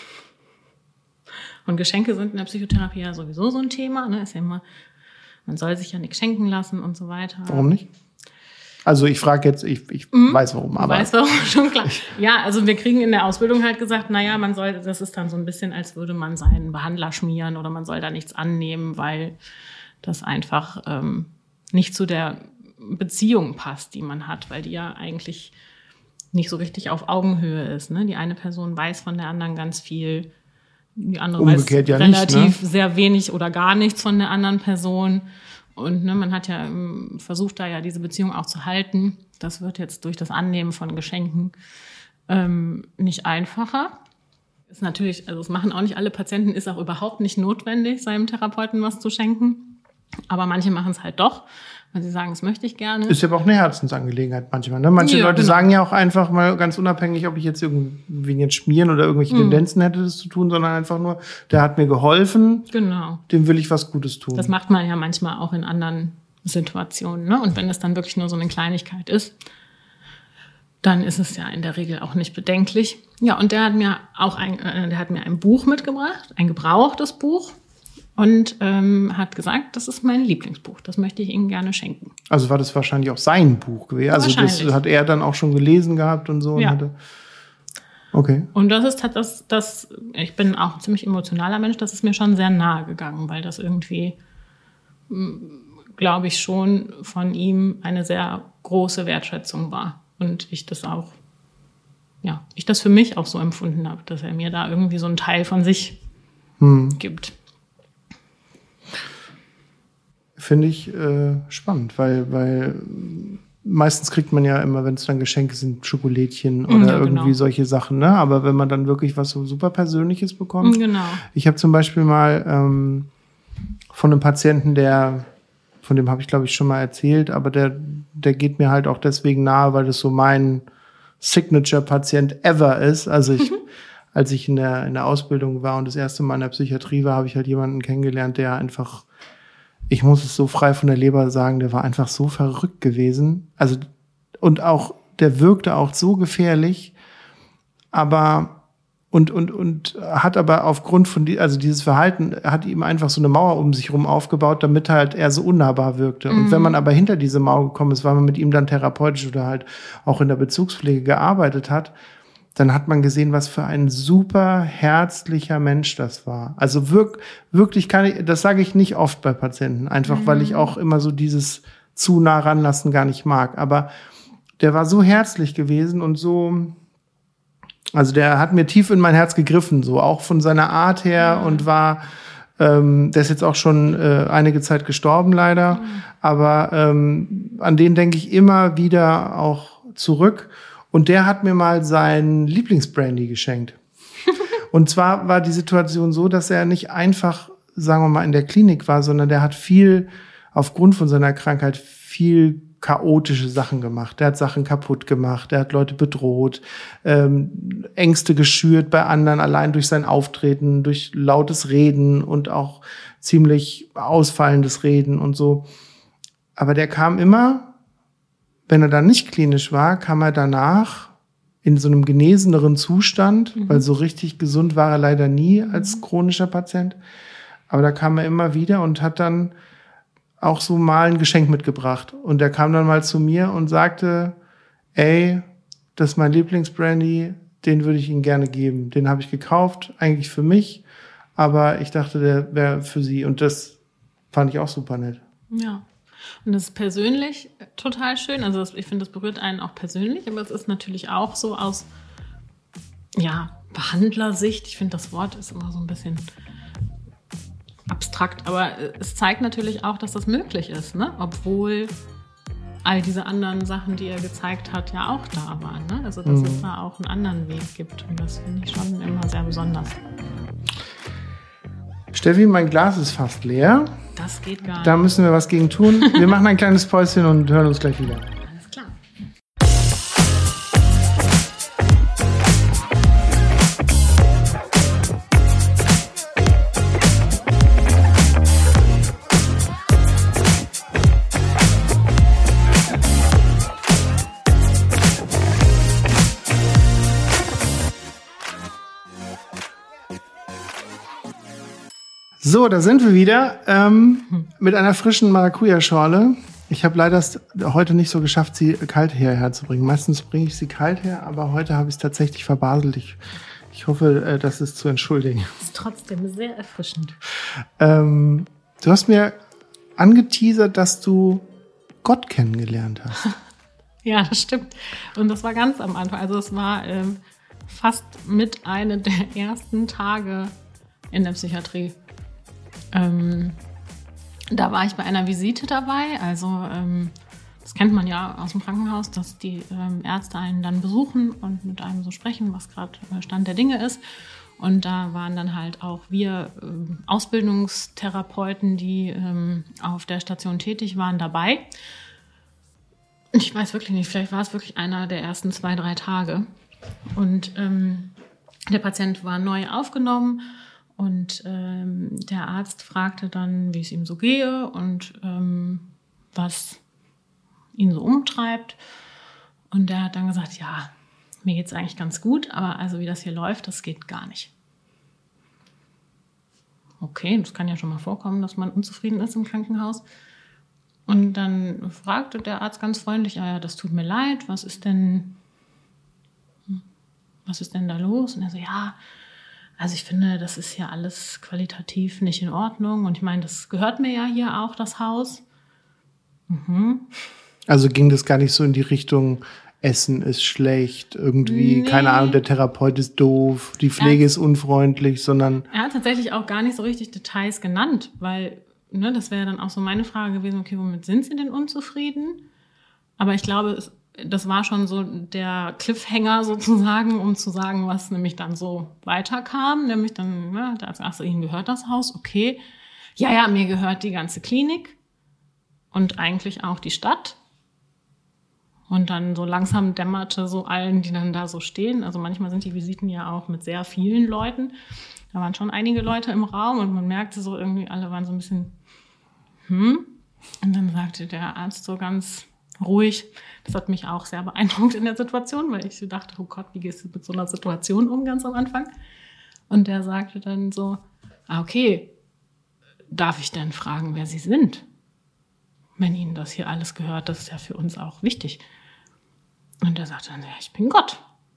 S3: Und Geschenke sind in der Psychotherapie ja sowieso so ein Thema, ne? Ist ja immer, man soll sich ja nichts schenken lassen und so weiter.
S2: Warum nicht? Also ich frage jetzt, ich weiß warum, aber.
S3: Weiß warum, schon klar. Ja, also wir kriegen in der Ausbildung halt gesagt, naja, das ist dann so ein bisschen, als würde man seinen Behandler schmieren oder man soll da nichts annehmen, weil das einfach nicht zu der Beziehung passt, die man hat, weil die ja eigentlich nicht so richtig auf Augenhöhe ist, ne? Die eine Person weiß von der anderen ganz viel, die andere
S2: umgekehrt
S3: weiß
S2: ja
S3: relativ
S2: nicht, ne?
S3: sehr wenig oder gar nichts von der anderen Person. Und ne, man hat ja versucht, da ja diese Beziehung auch zu halten. Das wird jetzt durch das Annehmen von Geschenken nicht einfacher. Ist natürlich, also es machen auch nicht alle Patienten, ist auch überhaupt nicht notwendig, seinem Therapeuten was zu schenken. Aber manche machen es halt doch, weil sie sagen, das möchte ich gerne.
S2: Ist ja aber auch eine Herzensangelegenheit manchmal. Ne? Manche Leute sagen ja auch einfach mal ganz unabhängig, ob ich jetzt irgendwie jetzt schmieren oder irgendwelche Tendenzen hätte, das zu tun, sondern einfach nur, der hat mir geholfen,
S3: genau,
S2: dem will ich was Gutes tun.
S3: Das macht man ja manchmal auch in anderen Situationen. Ne? Und wenn es dann wirklich nur so eine Kleinigkeit ist, dann ist es ja in der Regel auch nicht bedenklich. Ja, und der hat mir auch ein Buch mitgebracht, ein gebrauchtes Buch. Und hat gesagt, das ist mein Lieblingsbuch, das möchte ich Ihnen gerne schenken.
S2: Also war das wahrscheinlich auch sein Buch gewesen? Also das hat er dann auch schon gelesen gehabt und so?
S3: Ja.
S2: Und okay.
S3: Und das ist das, ich bin auch ein ziemlich emotionaler Mensch, das ist mir schon sehr nahe gegangen, weil das irgendwie, glaube ich, schon von ihm eine sehr große Wertschätzung war. Und ich das für mich auch so empfunden habe, dass er mir da irgendwie so einen Teil von sich gibt.
S2: finde ich spannend, weil meistens kriegt man ja immer, wenn es dann Geschenke sind, Schokolädchen oder irgendwie solche Sachen, ne? Aber wenn man dann wirklich was so super Persönliches bekommt.
S3: Genau.
S2: Ich habe zum Beispiel mal von einem Patienten, von dem habe ich, glaube ich, schon mal erzählt, aber der geht mir halt auch deswegen nahe, weil das so mein Signature-Patient ever ist. Also als ich in der Ausbildung war und das erste Mal in der Psychiatrie war, habe ich halt jemanden kennengelernt, der einfach, ich muss es so frei von der Leber sagen, der war einfach so verrückt gewesen. Also, und auch, der wirkte auch so gefährlich, aber und hat aber aufgrund von dieses Verhalten, hat ihm einfach so eine Mauer um sich rum aufgebaut, damit halt er so unnahbar wirkte. Und wenn man aber hinter diese Mauer gekommen ist, weil man mit ihm dann therapeutisch oder halt auch in der Bezugspflege gearbeitet hat, dann hat man gesehen, was für ein super herzlicher Mensch das war. Also wirklich das sage ich nicht oft bei Patienten, einfach weil ich auch immer so dieses zu nah ranlassen gar nicht mag. Aber der war so herzlich gewesen und so, also der hat mir tief in mein Herz gegriffen, so auch von seiner Art her und war, der ist jetzt auch schon einige Zeit gestorben leider, aber an den denke ich immer wieder auch zurück. Und der hat mir mal sein Lieblingsbrandy geschenkt. Und zwar war die Situation so, dass er nicht einfach, sagen wir mal, in der Klinik war, sondern der hat aufgrund von seiner Krankheit viel chaotische Sachen gemacht. Der hat Sachen kaputt gemacht, der hat Leute bedroht, Ängste geschürt bei anderen, allein durch sein Auftreten, durch lautes Reden und auch ziemlich ausfallendes Reden und so. Aber der kam immer, wenn er dann nicht klinisch war, kam er danach in so einem geneseneren Zustand, weil so richtig gesund war er leider nie als chronischer Patient. Aber da kam er immer wieder und hat dann auch so mal ein Geschenk mitgebracht. Und der kam dann mal zu mir und sagte, ey, das ist mein Lieblingsbrandy, den würde ich Ihnen gerne geben. Den habe ich gekauft, eigentlich für mich, aber ich dachte, der wäre für Sie. Und das fand ich auch super nett.
S3: Ja, und das ist persönlich total schön. Also ich finde, das berührt einen auch persönlich, aber es ist natürlich auch so aus Behandlersicht. Ich finde, das Wort ist immer so ein bisschen abstrakt, aber es zeigt natürlich auch, dass das möglich ist, ne? Obwohl all diese anderen Sachen, die er gezeigt hat, ja auch da waren. Ne? Also dass es da auch einen anderen Weg gibt und das finde ich schon immer sehr besonders.
S2: Steffi, mein Glas ist fast leer.
S3: Das geht gar nicht.
S2: Da müssen wir was gegen tun. Wir machen ein kleines Päuschen und hören uns gleich wieder.
S3: Alles klar.
S2: So, da sind wir wieder mit einer frischen Maracuja-Schorle. Ich habe leider heute nicht so geschafft, sie kalt hierher zu bringen. Meistens bringe ich sie kalt her, aber heute habe ich es tatsächlich verbaselt. Ich hoffe, das ist zu entschuldigen.
S3: Das ist trotzdem sehr erfrischend.
S2: Du hast mir angeteasert, dass du Gott kennengelernt hast.
S3: Ja, das stimmt. Und das war ganz am Anfang. Also es war fast mit einer der ersten Tage in der Psychiatrie. Da war ich bei einer Visite dabei, also das kennt man ja aus dem Krankenhaus, dass die Ärzte einen dann besuchen und mit einem so sprechen, was gerade Stand der Dinge ist. Und da waren dann halt auch wir Ausbildungstherapeuten, die auf der Station tätig waren, dabei. Ich weiß wirklich nicht, vielleicht war es wirklich einer der ersten 2-3 Tage. Und der Patient war neu aufgenommen. Und der Arzt fragte dann, wie es ihm so gehe und was ihn so umtreibt. Und der hat dann gesagt, ja, mir geht es eigentlich ganz gut, aber also wie das hier läuft, das geht gar nicht. Okay, das kann ja schon mal vorkommen, dass man unzufrieden ist im Krankenhaus. Und dann fragte der Arzt ganz freundlich, ja, das tut mir leid, was ist denn da los? Und er so, ja, also ich finde, das ist ja alles qualitativ nicht in Ordnung. Und ich meine, das gehört mir ja hier auch, das Haus.
S2: Also ging das gar nicht so in die Richtung, Essen ist schlecht, irgendwie, keine Ahnung, der Therapeut ist doof, die Pflege ist unfreundlich, sondern...
S3: Er hat tatsächlich auch gar nicht so richtig Details genannt, weil ne, das wäre dann auch so meine Frage gewesen, okay, womit sind Sie denn unzufrieden? Aber ich glaube, das war schon so der Cliffhanger sozusagen, um zu sagen, was nämlich dann so weiterkam. Nämlich dann, ne, ach so, Ihnen gehört das Haus, okay. Ja, mir gehört die ganze Klinik und eigentlich auch die Stadt. Und dann so langsam dämmerte so allen, die dann da so stehen. Also manchmal sind die Visiten ja auch mit sehr vielen Leuten. Da waren schon einige Leute im Raum und man merkte so irgendwie, alle waren so ein bisschen, Und dann sagte der Arzt so ganz ruhig, das hat mich auch sehr beeindruckt in der Situation, weil ich so dachte, oh Gott, wie gehst du mit so einer Situation um, ganz am Anfang? Und der sagte dann so, okay, darf ich denn fragen, wer Sie sind? Wenn Ihnen das hier alles gehört, das ist ja für uns auch wichtig. Und er sagte dann, ja, ich bin Gott.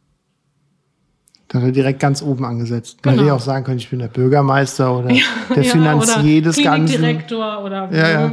S2: Da hat er direkt ganz oben angesetzt.
S3: Genau.
S2: Man hätte ja auch sagen können, ich bin der Bürgermeister oder der Finanzier des Ganzen.
S3: Klinikdirektor oder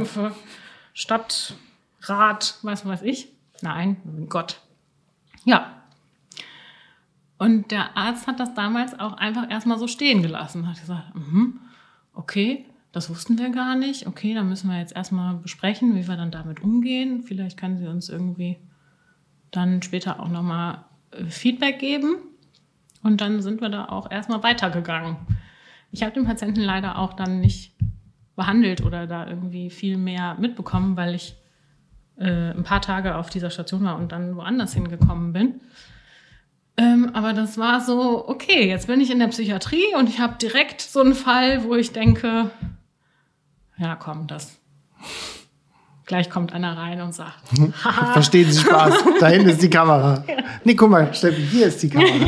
S3: Stadtrat, was weiß ich. Nein, Gott. Ja. Und der Arzt hat das damals auch einfach erstmal so stehen gelassen. Hat gesagt, okay, das wussten wir gar nicht. Okay, dann müssen wir jetzt erstmal besprechen, wie wir dann damit umgehen. Vielleicht können Sie uns irgendwie dann später auch nochmal Feedback geben. Und dann sind wir da auch erstmal weitergegangen. Ich habe den Patienten leider auch dann nicht behandelt oder da irgendwie viel mehr mitbekommen, weil ich ein paar Tage auf dieser Station war und dann woanders hingekommen bin. Aber das war so, okay, jetzt bin ich in der Psychiatrie und ich habe direkt so einen Fall, wo ich denke, ja komm, gleich kommt einer rein und sagt,
S2: verstehen Sie Spaß, da hinten ist die Kamera. Ja. Nee, guck mal, Steffi, hier ist die Kamera.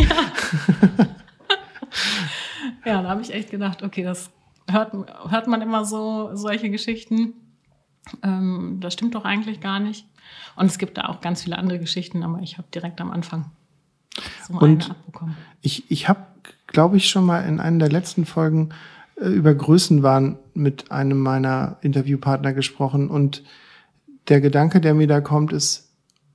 S3: Ja, da habe ich echt gedacht, okay, das hört man immer so, solche Geschichten. Das stimmt doch eigentlich gar nicht. Und es gibt da auch ganz viele andere Geschichten, aber ich habe direkt am Anfang so eine abbekommen.
S2: Ich habe, glaube ich, schon mal in einer der letzten Folgen über Größenwahn mit einem meiner Interviewpartner gesprochen. Und der Gedanke, der mir da kommt, ist,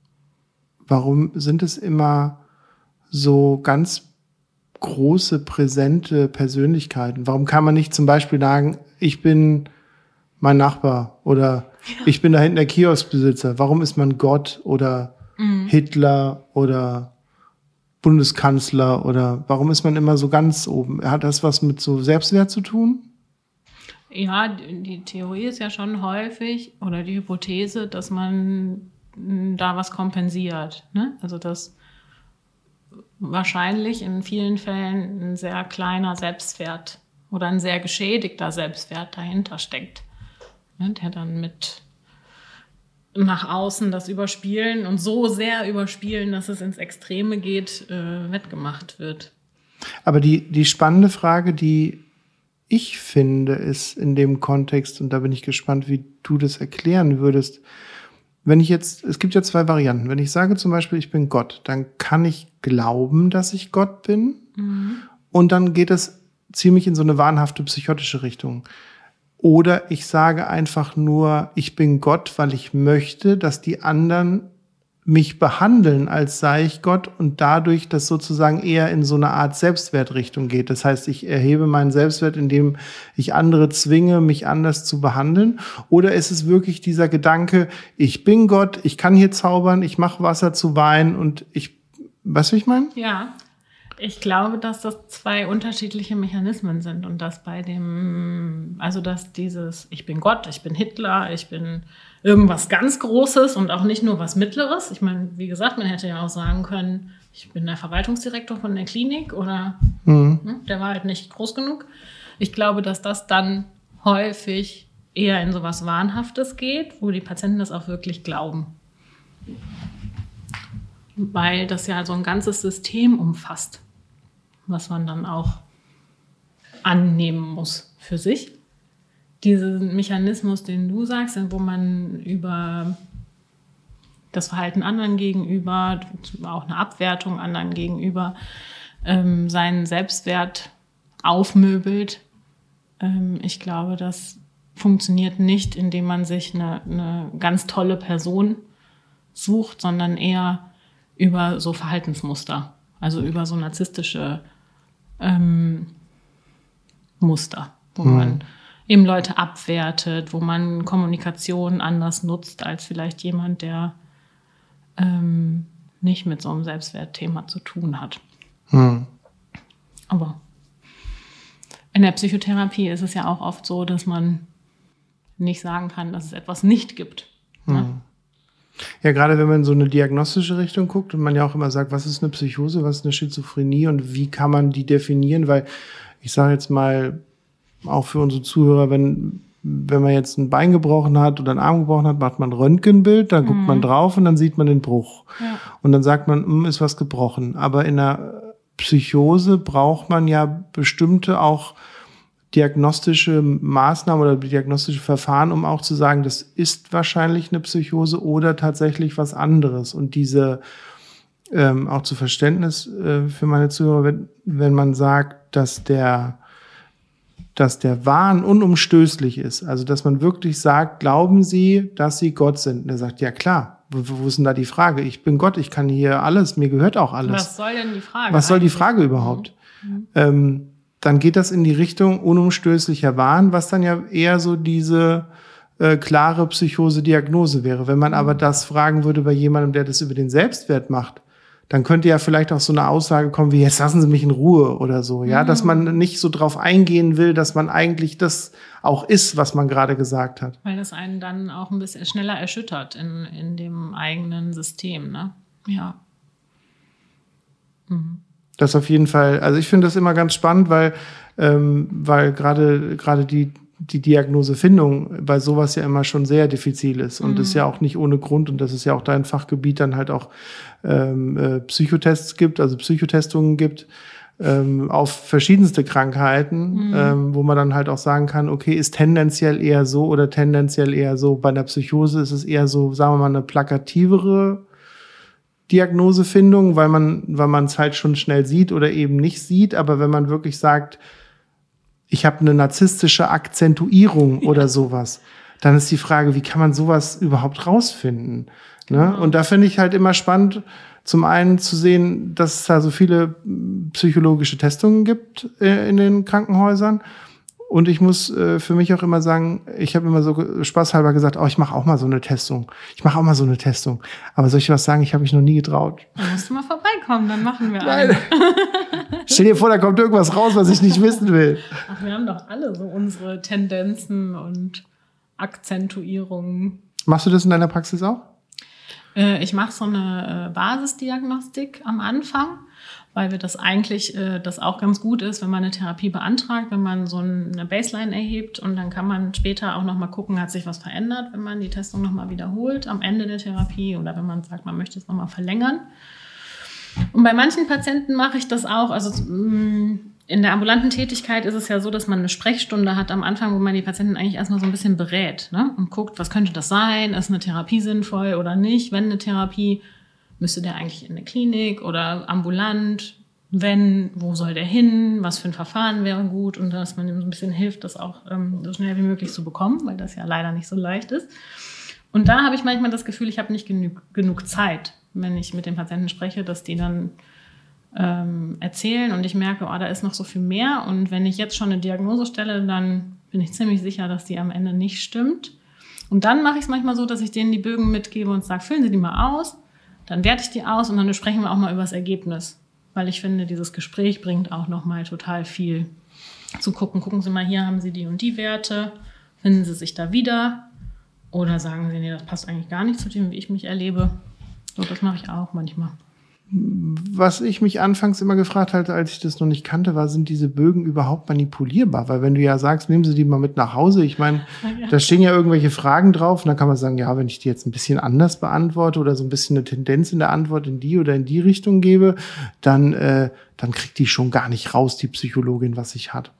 S2: warum sind es immer so ganz große, präsente Persönlichkeiten? Warum kann man nicht zum Beispiel sagen, ich bin mein Nachbar oder ich bin da hinten der Kioskbesitzer? Warum ist man Gott oder Hitler oder Bundeskanzler oder warum ist man immer so ganz oben? Hat das was mit so Selbstwert zu tun?
S3: Ja, die Theorie ist ja schon häufig oder die Hypothese, dass man da was kompensiert, ne? Also dass wahrscheinlich in vielen Fällen ein sehr kleiner Selbstwert oder ein sehr geschädigter Selbstwert dahinter steckt, ne? Der dann mit nach außen das Überspielen und so sehr überspielen, dass es ins Extreme geht, wettgemacht wird.
S2: Aber die spannende Frage, die ich finde, ist in dem Kontext, und da bin ich gespannt, wie du das erklären würdest. Es gibt ja zwei Varianten. Wenn ich sage zum Beispiel, ich bin Gott, dann kann ich glauben, dass ich Gott bin. Und dann geht es ziemlich in so eine wahnhafte psychotische Richtung. Oder ich sage einfach nur, ich bin Gott, weil ich möchte, dass die anderen mich behandeln, als sei ich Gott und dadurch das sozusagen eher in so eine Art Selbstwertrichtung geht. Das heißt, ich erhebe meinen Selbstwert, indem ich andere zwinge, mich anders zu behandeln. Oder ist es wirklich dieser Gedanke, ich bin Gott, ich kann hier zaubern, ich mache Wasser zu Wein und weißt du, wie ich meine?
S3: Ja, ich glaube, dass das zwei unterschiedliche Mechanismen sind und dass dass dieses ich bin Gott, ich bin Hitler, ich bin irgendwas ganz Großes und auch nicht nur was Mittleres. Ich meine, wie gesagt, man hätte ja auch sagen können, ich bin der Verwaltungsdirektor von der Klinik oder der war halt nicht groß genug. Ich glaube, dass das dann häufig eher in sowas Wahnhaftes geht, wo die Patienten das auch wirklich glauben. Weil das ja so ein ganzes System umfasst, was man dann auch annehmen muss für sich. Diesen Mechanismus, den du sagst, wo man über das Verhalten anderen gegenüber, auch eine Abwertung anderen gegenüber, seinen Selbstwert aufmöbelt. Ich glaube, das funktioniert nicht, indem man sich eine ganz tolle Person sucht, sondern eher über so Verhaltensmuster, also über so narzisstische Muster, wo man eben Leute abwertet, wo man Kommunikation anders nutzt als vielleicht jemand, der nicht mit so einem Selbstwertthema zu tun hat. Aber in der Psychotherapie ist es ja auch oft so, dass man nicht sagen kann, dass es etwas nicht gibt. Ne?
S2: Ja, gerade wenn man in so eine diagnostische Richtung guckt und man ja auch immer sagt, was ist eine Psychose, was ist eine Schizophrenie und wie kann man die definieren, weil ich sage jetzt mal, auch für unsere Zuhörer, wenn man jetzt ein Bein gebrochen hat oder einen Arm gebrochen hat, macht man ein Röntgenbild, dann guckt man drauf und dann sieht man den Bruch. Ja. Und dann sagt man, ist was gebrochen. Aber in einer Psychose braucht man ja bestimmte auch diagnostische Maßnahmen oder diagnostische Verfahren, um auch zu sagen, das ist wahrscheinlich eine Psychose oder tatsächlich was anderes. Und diese auch zu Verständnis für meine Zuhörer, wenn man sagt, dass der Wahn unumstößlich ist, also dass man wirklich sagt, glauben Sie, dass Sie Gott sind? Und er sagt, ja klar, wo ist denn da die Frage? Ich bin Gott, ich kann hier alles, mir gehört auch alles.
S3: Was soll denn die Frage?
S2: Was soll die Frage überhaupt? Dann geht das in die Richtung unumstößlicher Wahn, was dann ja eher so diese klare Psychose-Diagnose wäre. Wenn man aber das fragen würde bei jemandem, der das über den Selbstwert macht, dann könnte ja vielleicht auch so eine Aussage kommen wie, jetzt lassen Sie mich in Ruhe oder so, ja, dass man nicht so drauf eingehen will, dass man eigentlich das auch ist, was man gerade gesagt hat.
S3: Weil das einen dann auch ein bisschen schneller erschüttert in dem eigenen System, ne? Ja.
S2: Das auf jeden Fall, also ich finde das immer ganz spannend, weil gerade die Diagnosefindung bei sowas ja immer schon sehr diffizil ist und es ja auch nicht ohne Grund, und das ist ja auch dein Fachgebiet, dann halt auch Psychotests gibt, also Psychotestungen gibt auf verschiedenste Krankheiten, wo man dann halt auch sagen kann, okay, ist tendenziell eher so oder tendenziell eher so. Bei einer Psychose ist es eher so, sagen wir mal, eine plakativere Diagnosefindung, weil man es halt schon schnell sieht oder eben nicht sieht. Aber wenn man wirklich sagt, ich habe eine narzisstische Akzentuierung oder sowas, dann ist die Frage, wie kann man sowas überhaupt rausfinden? Ne? Und da finde ich halt immer spannend, zum einen zu sehen, dass es da so viele psychologische Testungen gibt in den Krankenhäusern. Und ich muss für mich auch immer sagen, ich habe immer so spaßhalber gesagt, ich mache auch mal so eine Testung. Aber soll ich was sagen? Ich habe mich noch nie getraut.
S3: Da musst du mal vorbeikommen, dann machen wir eine.
S2: Stell dir vor, da kommt irgendwas raus, was ich nicht wissen will.
S3: Ach, wir haben doch alle so unsere Tendenzen und Akzentuierungen.
S2: Machst du das in deiner Praxis auch?
S3: Ich mache so eine Basisdiagnostik am Anfang, weil wir das eigentlich das auch ganz gut ist, wenn man eine Therapie beantragt, wenn man so eine Baseline erhebt und dann kann man später auch nochmal gucken, hat sich was verändert, wenn man die Testung nochmal wiederholt am Ende der Therapie oder wenn man sagt, man möchte es nochmal verlängern. Und bei manchen Patienten mache ich das auch, also in der ambulanten Tätigkeit ist es ja so, dass man eine Sprechstunde hat am Anfang, wo man die Patienten eigentlich erstmal so ein bisschen berät, ne? Und guckt, was könnte das sein, ist eine Therapie sinnvoll oder nicht, wenn eine Therapie, müsste der eigentlich in eine Klinik oder ambulant, wenn, wo soll der hin, was für ein Verfahren wäre gut und dass man ihm so ein bisschen hilft, das auch so schnell wie möglich zu bekommen, weil das ja leider nicht so leicht ist. Und da habe ich manchmal das Gefühl, ich habe nicht genug Zeit, wenn ich mit den Patienten spreche, dass die dann erzählen und ich merke, da ist noch so viel mehr und wenn ich jetzt schon eine Diagnose stelle, dann bin ich ziemlich sicher, dass die am Ende nicht stimmt. Und dann mache ich es manchmal so, dass ich denen die Bögen mitgebe und sage, füllen Sie die mal aus, dann werte ich die aus und dann sprechen wir auch mal über das Ergebnis, weil ich finde, dieses Gespräch bringt auch noch mal total viel zu gucken Sie mal, hier haben Sie die und die Werte, finden Sie sich da wieder oder sagen Sie, nee, das passt eigentlich gar nicht zu dem, wie ich mich erlebe. So, das mache ich auch manchmal.
S2: Was ich mich anfangs immer gefragt hatte, als ich das noch nicht kannte, war, sind diese Bögen überhaupt manipulierbar? Weil wenn du ja sagst, nehmen Sie die mal mit nach Hause, ich meine, da stehen ja irgendwelche Fragen drauf und dann kann man sagen, ja, wenn ich die jetzt ein bisschen anders beantworte oder so ein bisschen eine Tendenz in der Antwort in die oder in die Richtung gebe, dann kriegt die schon gar nicht raus, die Psychologin, was ich habe.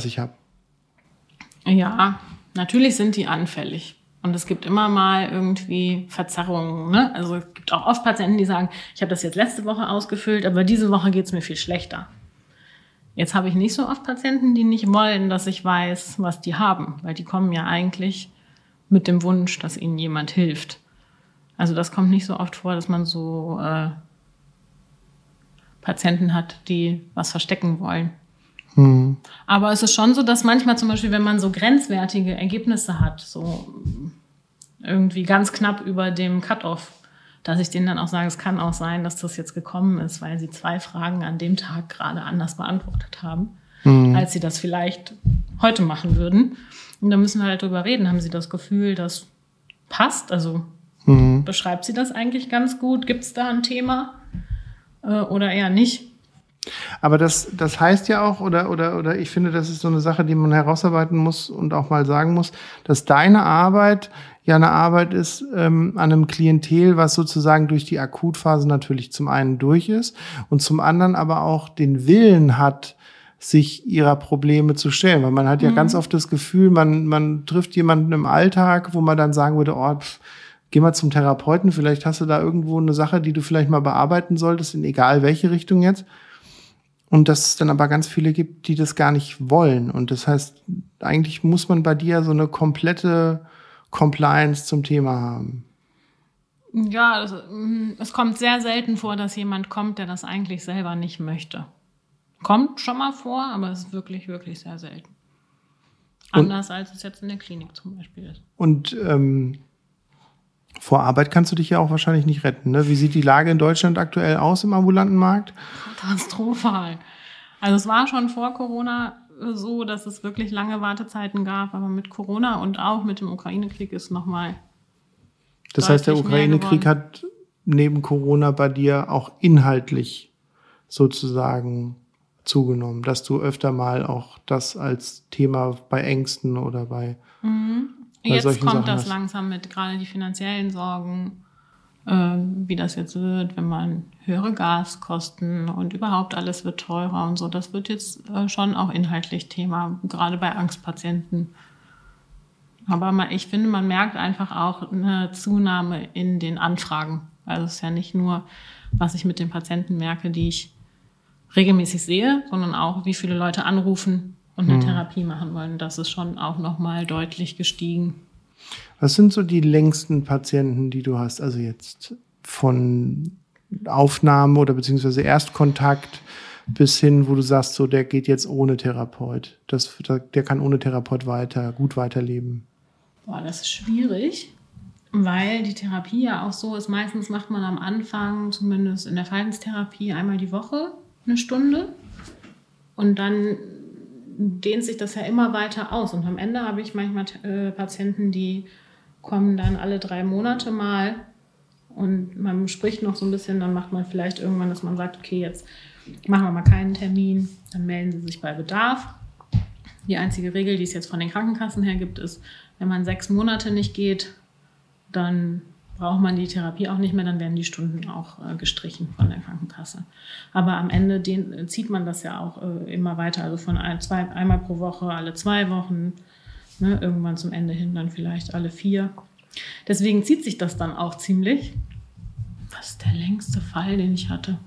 S3: Ja, natürlich sind die anfällig. Und es gibt immer mal irgendwie Verzerrungen. Ne? Also es gibt auch oft Patienten, die sagen, ich habe das jetzt letzte Woche ausgefüllt, aber diese Woche geht es mir viel schlechter. Jetzt habe ich nicht so oft Patienten, die nicht wollen, dass ich weiß, was die haben. Weil die kommen ja eigentlich mit dem Wunsch, dass ihnen jemand hilft. Also das kommt nicht so oft vor, dass man so Patienten hat, die was verstecken wollen. Aber es ist schon so, dass manchmal zum Beispiel, wenn man so grenzwertige Ergebnisse hat, so irgendwie ganz knapp über dem Cut-off, dass ich denen dann auch sage, es kann auch sein, dass das jetzt gekommen ist, weil sie 2 Fragen an dem Tag gerade anders beantwortet haben, als sie das vielleicht heute machen würden. Und da müssen wir halt drüber reden. Haben sie das Gefühl, das passt? Also beschreibt sie das eigentlich ganz gut? Gibt es da ein Thema oder eher nicht?
S2: Aber das heißt ja auch, oder ich finde, das ist so eine Sache, die man herausarbeiten muss und auch mal sagen muss, dass deine Arbeit ja eine Arbeit ist an einem Klientel, was sozusagen durch die Akutphase natürlich zum einen durch ist und zum anderen aber auch den Willen hat, sich ihrer Probleme zu stellen. Weil man hat ja ganz oft das Gefühl, man trifft jemanden im Alltag, wo man dann sagen würde, geh mal zum Therapeuten, vielleicht hast du da irgendwo eine Sache, die du vielleicht mal bearbeiten solltest, in egal welche Richtung jetzt. Und dass es dann aber ganz viele gibt, die das gar nicht wollen. Und das heißt, eigentlich muss man bei dir so eine komplette Compliance zum Thema haben.
S3: Ja, es kommt sehr selten vor, dass jemand kommt, der das eigentlich selber nicht möchte. Kommt schon mal vor, aber es ist wirklich, wirklich sehr selten. Anders als es jetzt in der Klinik zum Beispiel ist.
S2: Und vor Arbeit kannst du dich ja auch wahrscheinlich nicht retten, ne? Wie sieht die Lage in Deutschland aktuell aus im ambulanten Markt?
S3: Katastrophal. Also es war schon vor Corona so, dass es wirklich lange Wartezeiten gab, aber mit Corona und auch mit dem Ukraine-Krieg ist nochmal.
S2: Das heißt, der Ukraine-Krieg hat neben Corona bei dir auch inhaltlich sozusagen zugenommen, dass du öfter mal auch das als Thema bei Ängsten oder bei
S3: Jetzt kommt das langsam mit, gerade die finanziellen Sorgen, wie das jetzt wird, wenn man höhere Gaskosten und überhaupt alles wird teurer und so. Das wird jetzt schon auch inhaltlich Thema, gerade bei Angstpatienten. Aber ich finde, man merkt einfach auch eine Zunahme in den Anfragen. Also es ist ja nicht nur, was ich mit den Patienten merke, die ich regelmäßig sehe, sondern auch, wie viele Leute anrufen und eine Therapie machen wollen. Das ist schon auch nochmal deutlich gestiegen.
S2: Was sind so die längsten Patienten, die du hast? Also jetzt von Aufnahme oder beziehungsweise Erstkontakt bis hin, wo du sagst, so der geht jetzt ohne Therapeut. Der kann ohne Therapeut gut weiterleben.
S3: Das ist schwierig, weil die Therapie ja auch so ist. Meistens macht man am Anfang, zumindest in der Verhaltenstherapie, einmal die Woche 1 Stunde. Und dann dehnt sich das ja immer weiter aus. Und am Ende habe ich manchmal Patienten, die kommen dann alle 3 Monate mal und man spricht noch so ein bisschen, dann macht man vielleicht irgendwann, dass man sagt, okay, jetzt machen wir mal keinen Termin, dann melden sie sich bei Bedarf. Die einzige Regel, die es jetzt von den Krankenkassen her gibt, ist, wenn man 6 Monate nicht geht, dann braucht man die Therapie auch nicht mehr, dann werden die Stunden auch gestrichen von der Krankenkasse. Aber am Ende zieht man das ja auch immer weiter, also von einmal pro Woche, alle 2 Wochen, ne, irgendwann zum Ende hin dann vielleicht alle 4. Deswegen zieht sich das dann auch ziemlich. Was ist der längste Fall, den ich hatte?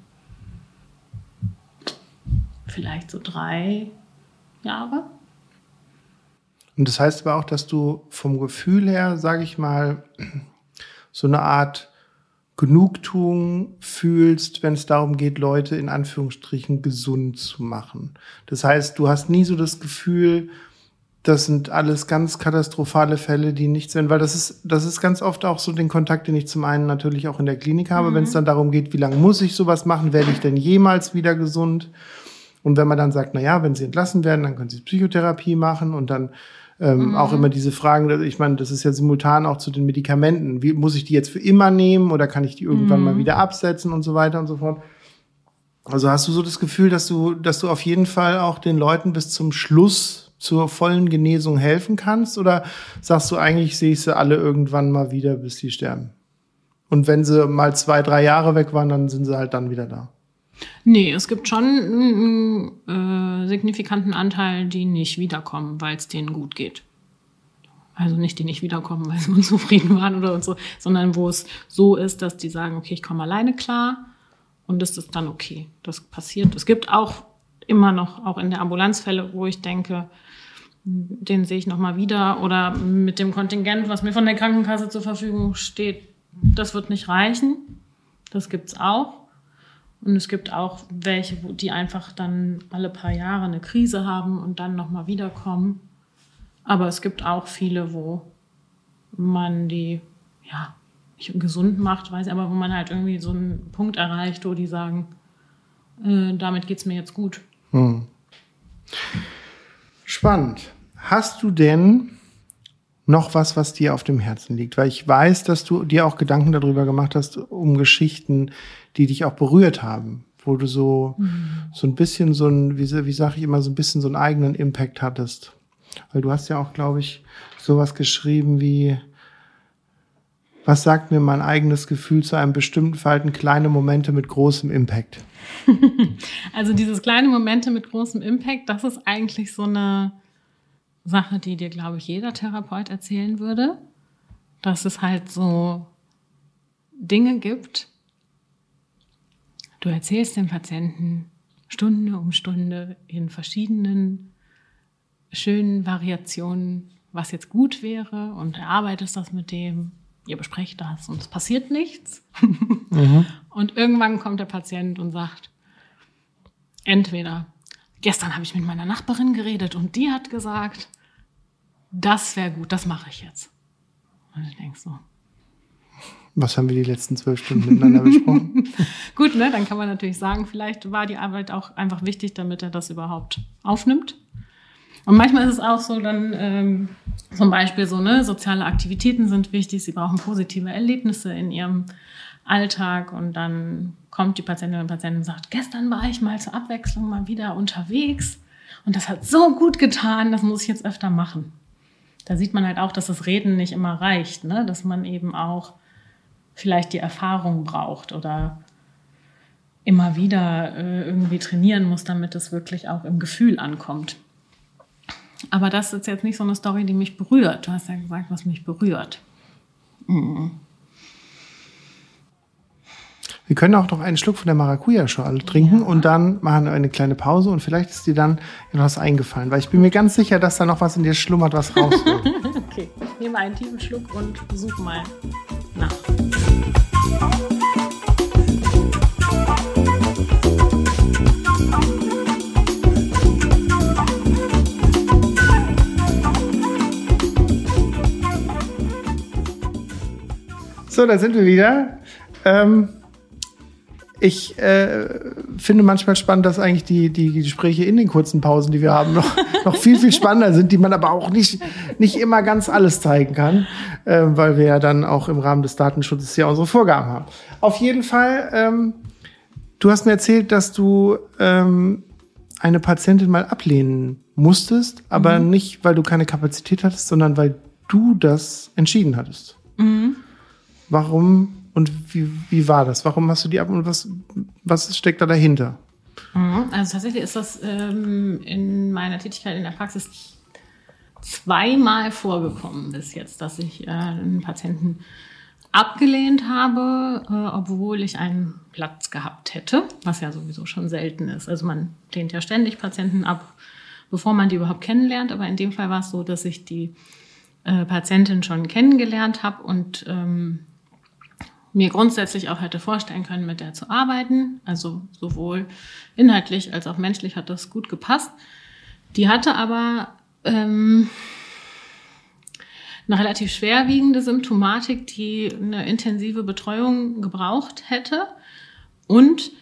S3: Vielleicht so 3 Jahre.
S2: Und das heißt aber auch, dass du vom Gefühl her, sage ich mal, so eine Art Genugtuung fühlst, wenn es darum geht, Leute in Anführungsstrichen gesund zu machen. Das heißt, du hast nie so das Gefühl, das sind alles ganz katastrophale Fälle, die nichts werden, weil das ist ganz oft auch so den Kontakt, den ich zum einen natürlich auch in der Klinik habe, wenn es dann darum geht, wie lange muss ich sowas machen, werde ich denn jemals wieder gesund? Und wenn man dann sagt, wenn sie entlassen werden, dann können sie Psychotherapie machen und dann auch immer diese Fragen, ich meine, das ist ja simultan auch zu den Medikamenten. Wie, muss ich die jetzt für immer nehmen oder kann ich die irgendwann mal wieder absetzen und so weiter und so fort? Also hast du so das Gefühl, dass du auf jeden Fall auch den Leuten bis zum Schluss zur vollen Genesung helfen kannst? Oder sagst du eigentlich, sehe ich sie alle irgendwann mal wieder, bis sie sterben? Und wenn sie mal 2, 3 Jahre weg waren, dann sind sie halt dann wieder da.
S3: Nee, es gibt schon einen signifikanten Anteil, die nicht wiederkommen, weil es denen gut geht. Also nicht, die nicht wiederkommen, weil sie unzufrieden waren oder so, sondern wo es so ist, dass die sagen, okay, ich komme alleine klar und das ist dann okay. Das passiert. Es gibt auch immer noch, auch in der Ambulanz Fälle, wo ich denke, den sehe ich noch mal wieder oder mit dem Kontingent, was mir von der Krankenkasse zur Verfügung steht, das wird nicht reichen. Das gibt's auch. Und es gibt auch welche, die einfach dann alle paar Jahre eine Krise haben und dann nochmal wiederkommen. Aber es gibt auch viele, wo man die nicht gesund macht, weiß ich, aber wo man halt irgendwie so einen Punkt erreicht, wo die sagen, damit geht's mir jetzt gut.
S2: Spannend. Hast du denn noch was dir auf dem Herzen liegt? Weil ich weiß, dass du dir auch Gedanken darüber gemacht hast, um Geschichten, die dich auch berührt haben, wo du so ein bisschen wie sage ich immer, so ein bisschen so einen eigenen Impact hattest. Weil du hast ja auch, glaube ich, sowas geschrieben wie: Was sagt mir mein eigenes Gefühl zu einem bestimmten Verhalten? Kleine Momente mit großem Impact.
S3: Also dieses kleine Momente mit großem Impact, das ist eigentlich so eine Sache, die dir, glaube ich, jeder Therapeut erzählen würde. Dass es halt so Dinge gibt. Du erzählst dem Patienten Stunde um Stunde in verschiedenen schönen Variationen, was jetzt gut wäre, und erarbeitest das mit dem. Ihr besprecht das und es passiert nichts. Und irgendwann kommt der Patient und sagt, entweder, gestern habe ich mit meiner Nachbarin geredet und die hat gesagt, das wäre gut, das mache ich jetzt. Und ich denke so.
S2: Was haben wir die letzten 12 Stunden miteinander besprochen?
S3: Gut, ne? Dann kann man natürlich sagen, vielleicht war die Arbeit auch einfach wichtig, damit er das überhaupt aufnimmt. Und manchmal ist es auch so, dann zum Beispiel so, ne, soziale Aktivitäten sind wichtig, sie brauchen positive Erlebnisse in ihrem Alltag, und dann kommt die Patientin oder Patient und sagt, gestern war ich mal zur Abwechslung mal wieder unterwegs und das hat so gut getan, das muss ich jetzt öfter machen. Da sieht man halt auch, dass das Reden nicht immer reicht, ne? Dass man eben auch vielleicht die Erfahrung braucht oder immer wieder irgendwie trainieren muss, damit es wirklich auch im Gefühl ankommt. Aber das ist jetzt nicht so eine Story, die mich berührt. Du hast ja gesagt, was mich berührt.
S2: Wir können auch noch einen Schluck von der Maracuja-Schorle trinken und dann machen wir eine kleine Pause und vielleicht ist dir dann noch was eingefallen, weil ich bin mir ganz sicher, dass da noch was in dir schlummert, was rausholt.
S3: Okay, ich nehme einen tiefen Schluck und suche mal nach.
S2: So, da sind wir wieder. Ich finde manchmal spannend, dass eigentlich die Gespräche in den kurzen Pausen, die wir haben, noch viel, viel spannender sind, die man aber auch nicht immer ganz alles zeigen kann, weil wir ja dann auch im Rahmen des Datenschutzes ja unsere Vorgaben haben. Auf jeden Fall, du hast mir erzählt, dass du eine Patientin mal ablehnen musstest, aber nicht, weil du keine Kapazität hattest, sondern weil du das entschieden hattest. Warum und wie war das? Warum hast du die ab und was steckt da dahinter?
S3: Also tatsächlich ist das in meiner Tätigkeit in der Praxis zweimal vorgekommen bis jetzt, dass ich einen Patienten abgelehnt habe, obwohl ich einen Platz gehabt hätte, was ja sowieso schon selten ist. Also man lehnt ja ständig Patienten ab, bevor man die überhaupt kennenlernt. Aber in dem Fall war es so, dass ich die Patientin schon kennengelernt habe und mir grundsätzlich auch hätte vorstellen können, mit der zu arbeiten. Also sowohl inhaltlich als auch menschlich hat das gut gepasst. Die hatte aber eine relativ schwerwiegende Symptomatik, die eine intensive Betreuung gebraucht hätte. Und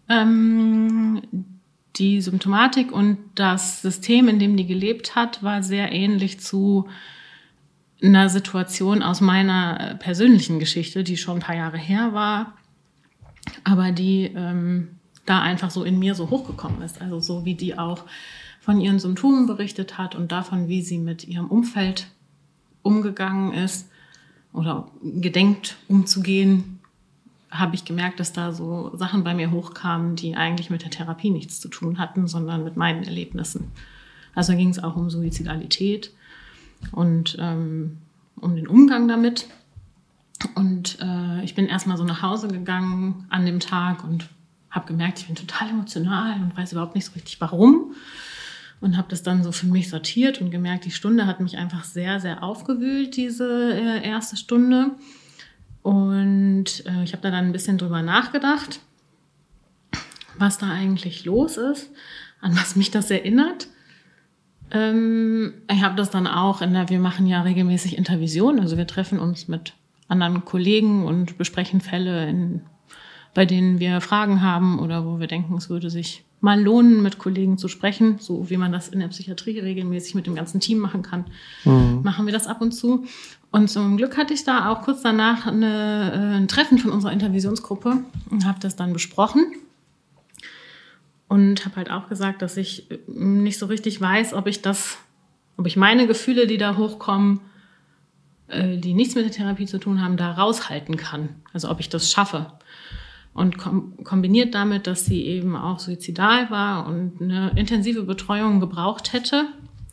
S3: die Symptomatik und das System, in dem die gelebt hat, war sehr ähnlich zu einer Situation aus meiner persönlichen Geschichte, die schon ein paar Jahre her war, aber die da einfach so in mir so hochgekommen ist. Also so wie die auch von ihren Symptomen berichtet hat und davon, wie sie mit ihrem Umfeld umgegangen ist oder gedenkt umzugehen, habe ich gemerkt, dass da so Sachen bei mir hochkamen, die eigentlich mit der Therapie nichts zu tun hatten, sondern mit meinen Erlebnissen. Also ging es auch um Suizidalität und um den Umgang damit. Und ich bin erstmal so nach Hause gegangen an dem Tag und habe gemerkt, ich bin total emotional und weiß überhaupt nicht so richtig warum. Und habe das dann so für mich sortiert und gemerkt, die Stunde hat mich einfach sehr, sehr aufgewühlt, diese erste Stunde. Und ich habe da dann ein bisschen drüber nachgedacht was da eigentlich los ist, an was mich das erinnert. Ich habe das dann auch wir machen ja regelmäßig Intervisionen, also wir treffen uns mit anderen Kollegen und besprechen Fälle, bei denen wir Fragen haben oder wo wir denken, es würde sich mal lohnen, mit Kollegen zu sprechen, so wie man das in der Psychiatrie regelmäßig mit dem ganzen Team machen kann, machen wir das ab und zu. Und zum Glück hatte ich da auch kurz danach ein Treffen von unserer Intervisionsgruppe und habe das dann besprochen. Und habe halt auch gesagt, dass ich nicht so richtig weiß, ob ich meine Gefühle, die da hochkommen, die nichts mit der Therapie zu tun haben, da raushalten kann. Also ob ich das schaffe. Und kombiniert damit, dass sie eben auch suizidal war und eine intensive Betreuung gebraucht hätte,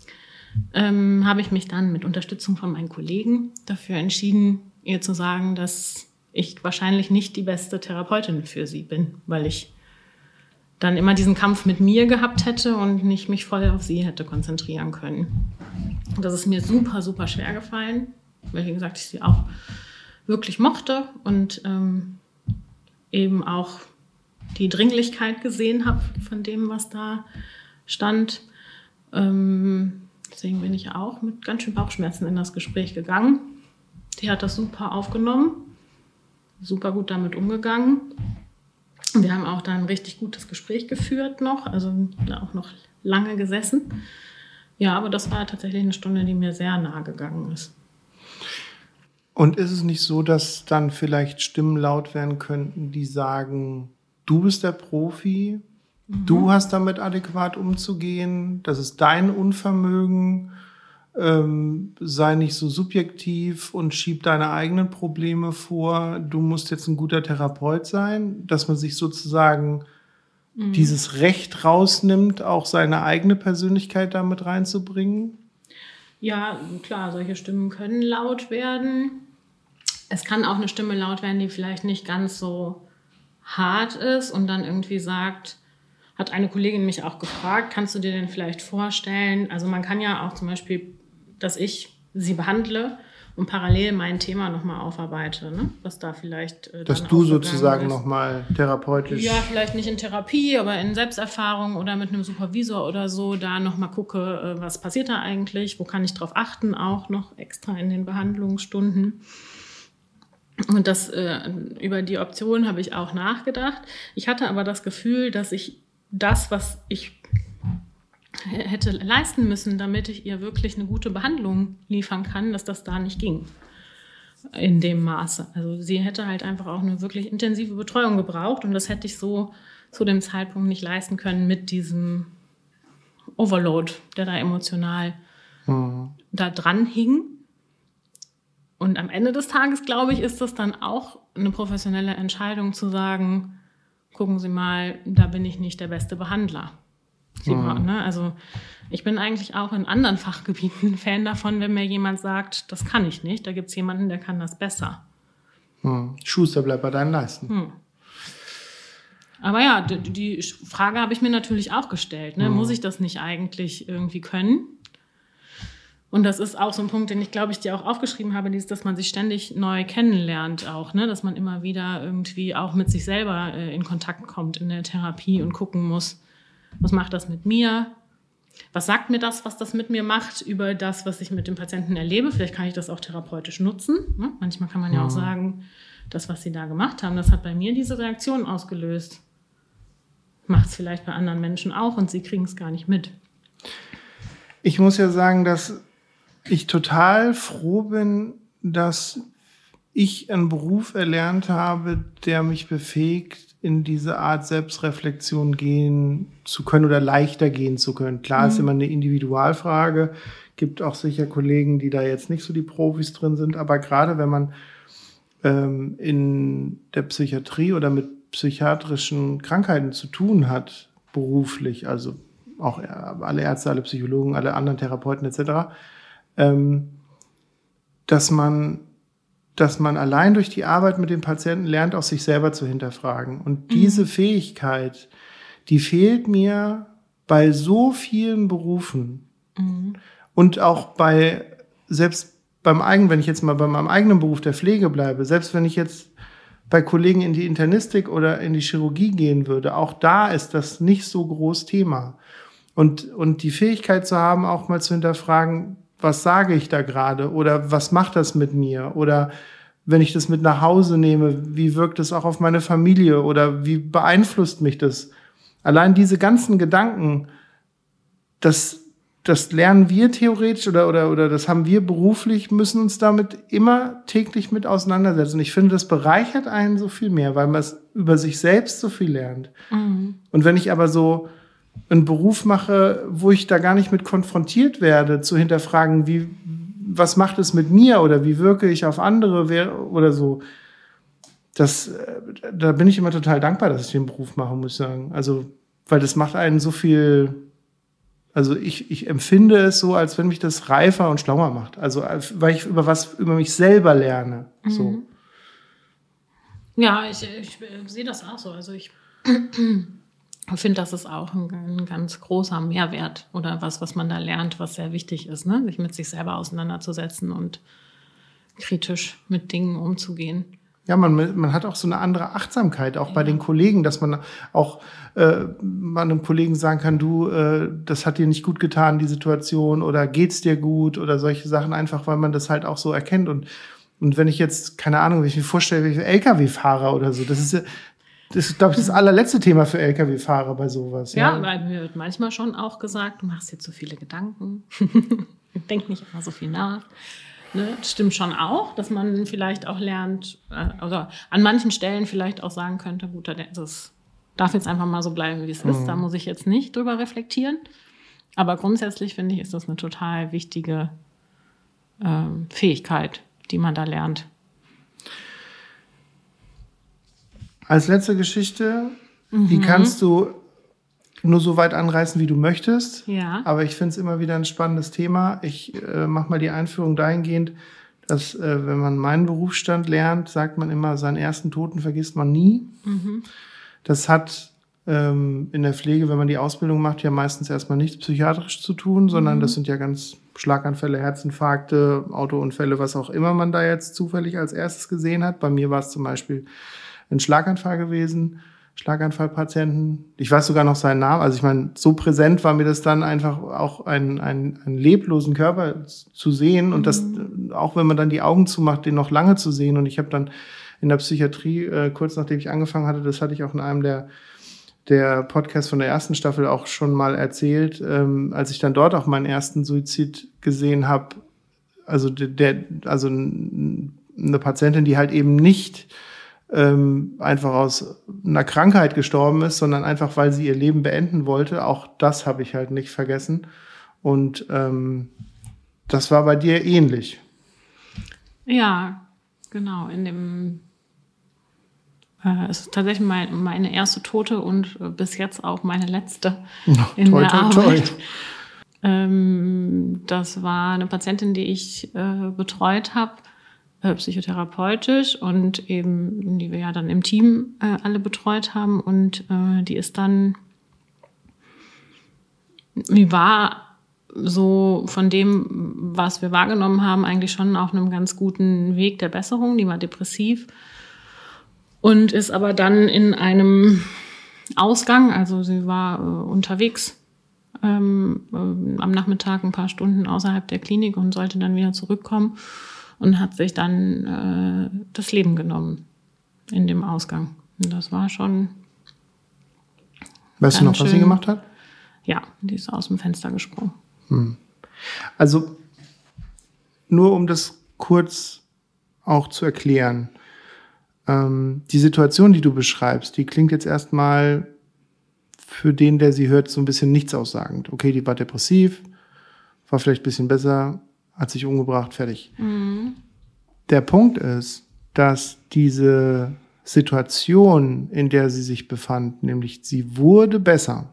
S3: habe ich mich dann mit Unterstützung von meinen Kollegen dafür entschieden, ihr zu sagen, dass ich wahrscheinlich nicht die beste Therapeutin für sie bin, weil ich dann immer diesen Kampf mit mir gehabt hätte und nicht mich voll auf sie hätte konzentrieren können. Und das ist mir super, super schwer gefallen, weil, wie gesagt, ich sie auch wirklich mochte und eben auch die Dringlichkeit gesehen habe von dem, was da stand. Deswegen bin ich auch mit ganz schön Bauchschmerzen in das Gespräch gegangen. Die hat das super aufgenommen, super gut damit umgegangen. Wir haben auch dann ein richtig gutes Gespräch geführt noch, also auch noch lange gesessen. Ja, aber das war tatsächlich eine Stunde, die mir sehr nahe gegangen ist.
S2: Und ist es nicht so, dass dann vielleicht Stimmen laut werden könnten, die sagen, du bist der Profi, du hast damit adäquat umzugehen, das ist dein Unvermögen, sei nicht so subjektiv und schieb deine eigenen Probleme vor, du musst jetzt ein guter Therapeut sein, dass man sich sozusagen dieses Recht rausnimmt, auch seine eigene Persönlichkeit damit reinzubringen?
S3: Ja, klar, solche Stimmen können laut werden. Es kann auch eine Stimme laut werden, die vielleicht nicht ganz so hart ist und dann irgendwie sagt, hat eine Kollegin mich auch gefragt, kannst du dir denn vielleicht vorstellen, also man kann ja auch zum Beispiel, dass ich sie behandle und parallel mein Thema nochmal aufarbeite, ne? Was da vielleicht
S2: dass du sozusagen nochmal therapeutisch...
S3: Ja, vielleicht nicht in Therapie, aber in Selbsterfahrung oder mit einem Supervisor oder so, da nochmal gucke, was passiert da eigentlich, wo kann ich drauf achten, auch noch extra in den Behandlungsstunden. Und das über die Option habe ich auch nachgedacht. Ich hatte aber das Gefühl, dass ich das, was ich hätte leisten müssen, damit ich ihr wirklich eine gute Behandlung liefern kann, dass das da nicht ging in dem Maße. Also sie hätte halt einfach auch eine wirklich intensive Betreuung gebraucht und das hätte ich so zu dem Zeitpunkt nicht leisten können mit diesem Overload, der da emotional da dran hing. Und am Ende des Tages, glaube ich, ist das dann auch eine professionelle Entscheidung zu sagen, gucken Sie mal, da bin ich nicht der beste Behandler. Also ich bin eigentlich auch in anderen Fachgebieten Fan davon, wenn mir jemand sagt, das kann ich nicht, da gibt es jemanden, der kann das besser.
S2: Schuster bleibt bei deinen Leisten.
S3: Aber ja, die Frage habe ich mir natürlich auch gestellt. Ne? Muss ich das nicht eigentlich irgendwie können? Und das ist auch so ein Punkt, den ich, glaube ich, dir auch aufgeschrieben habe, dass man sich ständig neu kennenlernt auch, ne? Dass man immer wieder irgendwie auch mit sich selber in Kontakt kommt in der Therapie und gucken muss, was macht das mit mir? Was sagt mir das, was das mit mir macht, über das, was ich mit dem Patienten erlebe? Vielleicht kann ich das auch therapeutisch nutzen. Ne? Manchmal kann man ja auch sagen, das, was Sie da gemacht haben, das hat bei mir diese Reaktion ausgelöst. Macht es vielleicht bei anderen Menschen auch und sie kriegen es gar nicht mit.
S2: Ich muss ja sagen, dass ich total froh bin, dass ich einen Beruf erlernt habe, der mich befähigt, in diese Art Selbstreflexion gehen zu können oder leichter gehen zu können. Klar, ist immer eine Individualfrage. Gibt auch sicher Kollegen, die da jetzt nicht so die Profis drin sind. Aber gerade wenn man in der Psychiatrie oder mit psychiatrischen Krankheiten zu tun hat, beruflich, also auch alle Ärzte, alle Psychologen, alle anderen Therapeuten etc., dass man allein durch die Arbeit mit dem Patienten lernt, auch sich selber zu hinterfragen. Und diese Fähigkeit, die fehlt mir bei so vielen Berufen. Und auch selbst beim eigenen, wenn ich jetzt mal bei meinem eigenen Beruf der Pflege bleibe, selbst wenn ich jetzt bei Kollegen in die Internistik oder in die Chirurgie gehen würde, auch da ist das nicht so groß Thema. Und die Fähigkeit zu haben, auch mal zu hinterfragen, was sage ich da gerade oder was macht das mit mir? Oder wenn ich das mit nach Hause nehme, wie wirkt es auch auf meine Familie oder wie beeinflusst mich das? Allein diese ganzen Gedanken, das lernen wir theoretisch oder das haben wir beruflich, müssen uns damit immer täglich mit auseinandersetzen. Und ich finde, das bereichert einen so viel mehr, weil man es über sich selbst so viel lernt. Mhm. Und wenn ich aber so einen Beruf mache, wo ich da gar nicht mit konfrontiert werde, zu hinterfragen, was macht es mit mir oder wie wirke ich auf andere oder so, da bin ich immer total dankbar, dass ich den Beruf mache, muss ich sagen. Also, weil das macht einen so viel, also ich empfinde es so, als wenn mich das reifer und schlauer macht. Also, weil ich über mich selber lerne. Mhm. So.
S3: Ja, ich sehe das auch so. Also ich finde, das ist auch ein ganz großer Mehrwert oder was man da lernt, was sehr wichtig ist, ne? Sich mit sich selber auseinanderzusetzen und kritisch mit Dingen umzugehen.
S2: Ja, man hat auch so eine andere Achtsamkeit, auch bei den Kollegen, dass man auch einem Kollegen sagen kann, du, das hat dir nicht gut getan, die Situation, oder geht's dir gut oder solche Sachen, einfach weil man das halt auch so erkennt. Und wenn ich jetzt, keine Ahnung, wenn ich mir vorstelle, wie LKW-Fahrer oder so, das ist, glaube ich, das allerletzte Thema für LKW-Fahrer bei sowas.
S3: Ja, weil mir wird manchmal schon auch gesagt, du machst dir zu viele Gedanken, denk nicht immer so viel nach. Ne, das stimmt schon auch, dass man vielleicht auch lernt, oder an manchen Stellen vielleicht auch sagen könnte, gut, das darf jetzt einfach mal so bleiben, wie es ist. Da muss ich jetzt nicht drüber reflektieren. Aber grundsätzlich finde ich, ist das eine total wichtige Fähigkeit, die man da lernt.
S2: Als letzte Geschichte, die kannst du nur so weit anreißen, wie du möchtest.
S3: Ja.
S2: Aber ich finde es immer wieder ein spannendes Thema. Ich mache mal die Einführung dahingehend, dass wenn man meinen Berufsstand lernt, sagt man immer, seinen ersten Toten vergisst man nie. Mhm. Das hat in der Pflege, wenn man die Ausbildung macht, ja meistens erstmal nichts psychiatrisch zu tun, sondern das sind ja ganz Schlaganfälle, Herzinfarkte, Autounfälle, was auch immer man da jetzt zufällig als erstes gesehen hat. Bei mir war es zum Beispiel ein Schlaganfall gewesen. Schlaganfallpatienten. Ich weiß sogar noch seinen Namen. Also ich meine, so präsent war mir das dann einfach auch einen leblosen Körper zu sehen und das, auch wenn man dann die Augen zumacht, den noch lange zu sehen. Und ich habe dann in der Psychiatrie, kurz nachdem ich angefangen hatte, das hatte ich auch in einem der Podcasts von der ersten Staffel auch schon mal erzählt, als ich dann dort auch meinen ersten Suizid gesehen habe, also eine Patientin, die halt eben nicht einfach aus einer Krankheit gestorben ist, sondern einfach, weil sie ihr Leben beenden wollte. Auch das habe ich halt nicht vergessen. Und das war bei dir ähnlich.
S3: Ja, genau. Es ist tatsächlich meine erste Tote und bis jetzt auch meine letzte in der Arbeit. Das war eine Patientin, die ich betreut habe, psychotherapeutisch und eben, die wir ja dann im Team alle betreut haben und die war so von dem, was wir wahrgenommen haben, eigentlich schon auf einem ganz guten Weg der Besserung. Die war depressiv und ist aber dann in einem Ausgang, also sie war unterwegs am Nachmittag ein paar Stunden außerhalb der Klinik und sollte dann wieder zurückkommen. Und hat sich dann das Leben genommen in dem Ausgang. Und das war schon.
S2: Weißt du noch, was sie gemacht hat?
S3: Ja, die ist aus dem Fenster gesprungen.
S2: Also, nur um das kurz auch zu erklären. Die Situation, die du beschreibst, die klingt jetzt erstmal für den, der sie hört, so ein bisschen nichtssaussagend. Okay, die war depressiv, war vielleicht ein bisschen besser, hat sich umgebracht, fertig. Mhm. Der Punkt ist, dass diese Situation, in der sie sich befand, nämlich sie wurde besser,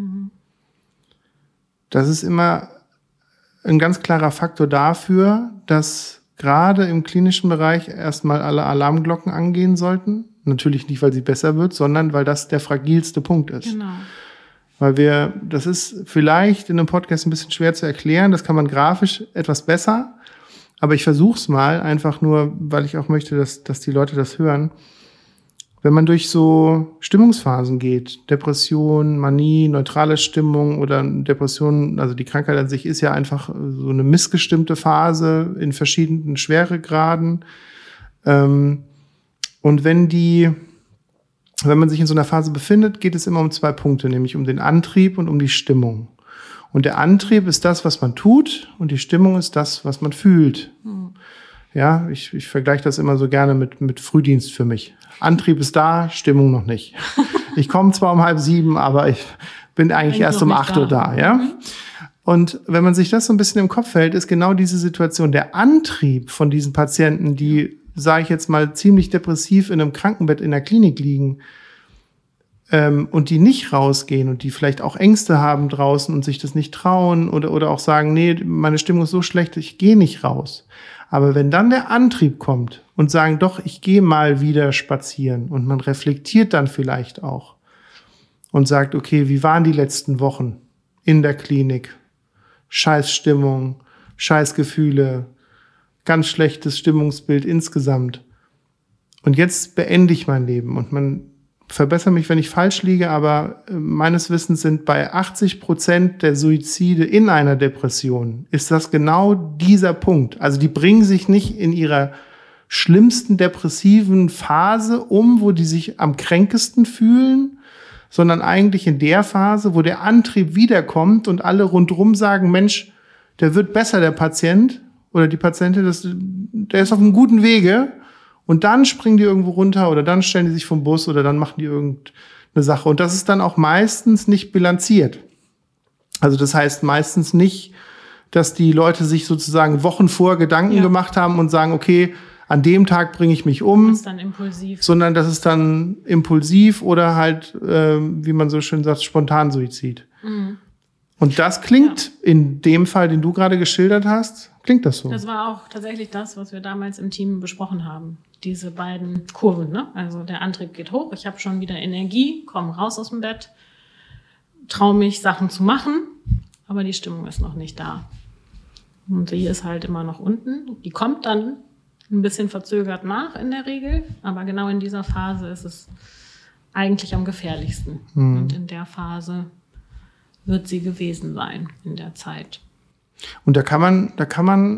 S2: das ist immer ein ganz klarer Faktor dafür, dass gerade im klinischen Bereich erstmal alle Alarmglocken angehen sollten. Natürlich nicht, weil sie besser wird, sondern weil das der fragilste Punkt ist.
S3: Genau.
S2: Weil das ist vielleicht in einem Podcast ein bisschen schwer zu erklären, das kann man grafisch etwas besser, aber ich versuche es mal, einfach nur, weil ich auch möchte, dass die Leute das hören. wenn man durch so Stimmungsphasen geht, Depression, Manie, neutrale Stimmung oder Depression, also die Krankheit an sich ist ja einfach so eine missgestimmte Phase in verschiedenen Schweregraden. Und wenn man sich in so einer Phase befindet, geht es immer um 2 Punkte, nämlich um den Antrieb und um die Stimmung. Und der Antrieb ist das, was man tut, und die Stimmung ist das, was man fühlt. Ja, ich vergleiche das immer so gerne mit Frühdienst für mich. Antrieb ist da, Stimmung noch nicht. Ich komme zwar um 6:30, aber ich bin eigentlich erst um 8 Uhr da, ja. Und wenn man sich das so ein bisschen im Kopf hält, ist genau diese Situation, der Antrieb von diesen Patienten, die, sage ich jetzt mal, ziemlich depressiv in einem Krankenbett in der Klinik liegen, und die nicht rausgehen und die vielleicht auch Ängste haben draußen und sich das nicht trauen oder auch sagen, nee, meine Stimmung ist so schlecht, ich gehe nicht raus. Aber wenn dann der Antrieb kommt und sagen, doch, ich gehe mal wieder spazieren und man reflektiert dann vielleicht auch und sagt, okay, wie waren die letzten Wochen in der Klinik? Scheiß Stimmung, scheiß Gefühle, ganz schlechtes Stimmungsbild insgesamt. Und jetzt beende ich mein Leben und man verbessere mich, wenn ich falsch liege, aber meines Wissens sind bei 80% der Suizide in einer Depression, ist das genau dieser Punkt. Also die bringen sich nicht in ihrer schlimmsten depressiven Phase um, wo die sich am kränkesten fühlen, sondern eigentlich in der Phase, wo der Antrieb wiederkommt und alle rundherum sagen, Mensch, der wird besser, der Patient oder die Patientin, der ist auf einem guten Wege. Und dann springen die irgendwo runter oder dann stellen die sich vom Bus oder dann machen die irgendeine Sache. Und das ist dann auch meistens nicht bilanziert. Also das heißt meistens nicht, dass die Leute sich sozusagen Wochen vor Gedanken gemacht haben und sagen, okay, an dem Tag bringe ich mich um. Das ist dann impulsiv. Sondern das ist dann impulsiv oder halt, wie man so schön sagt, Spontansuizid. Mhm. Und das klingt in dem Fall, den du gerade geschildert hast, klingt das so.
S3: Das war auch tatsächlich das, was wir damals im Team besprochen haben. Diese beiden Kurven, ne? Also der Antrieb geht hoch, ich habe schon wieder Energie, komme raus aus dem Bett, traue mich, Sachen zu machen, aber die Stimmung ist noch nicht da. Und die ist halt immer noch unten. Die kommt dann ein bisschen verzögert nach in der Regel, aber genau in dieser Phase ist es eigentlich am gefährlichsten. Und in der Phase wird sie gewesen sein in der Zeit.
S2: Und da kann man,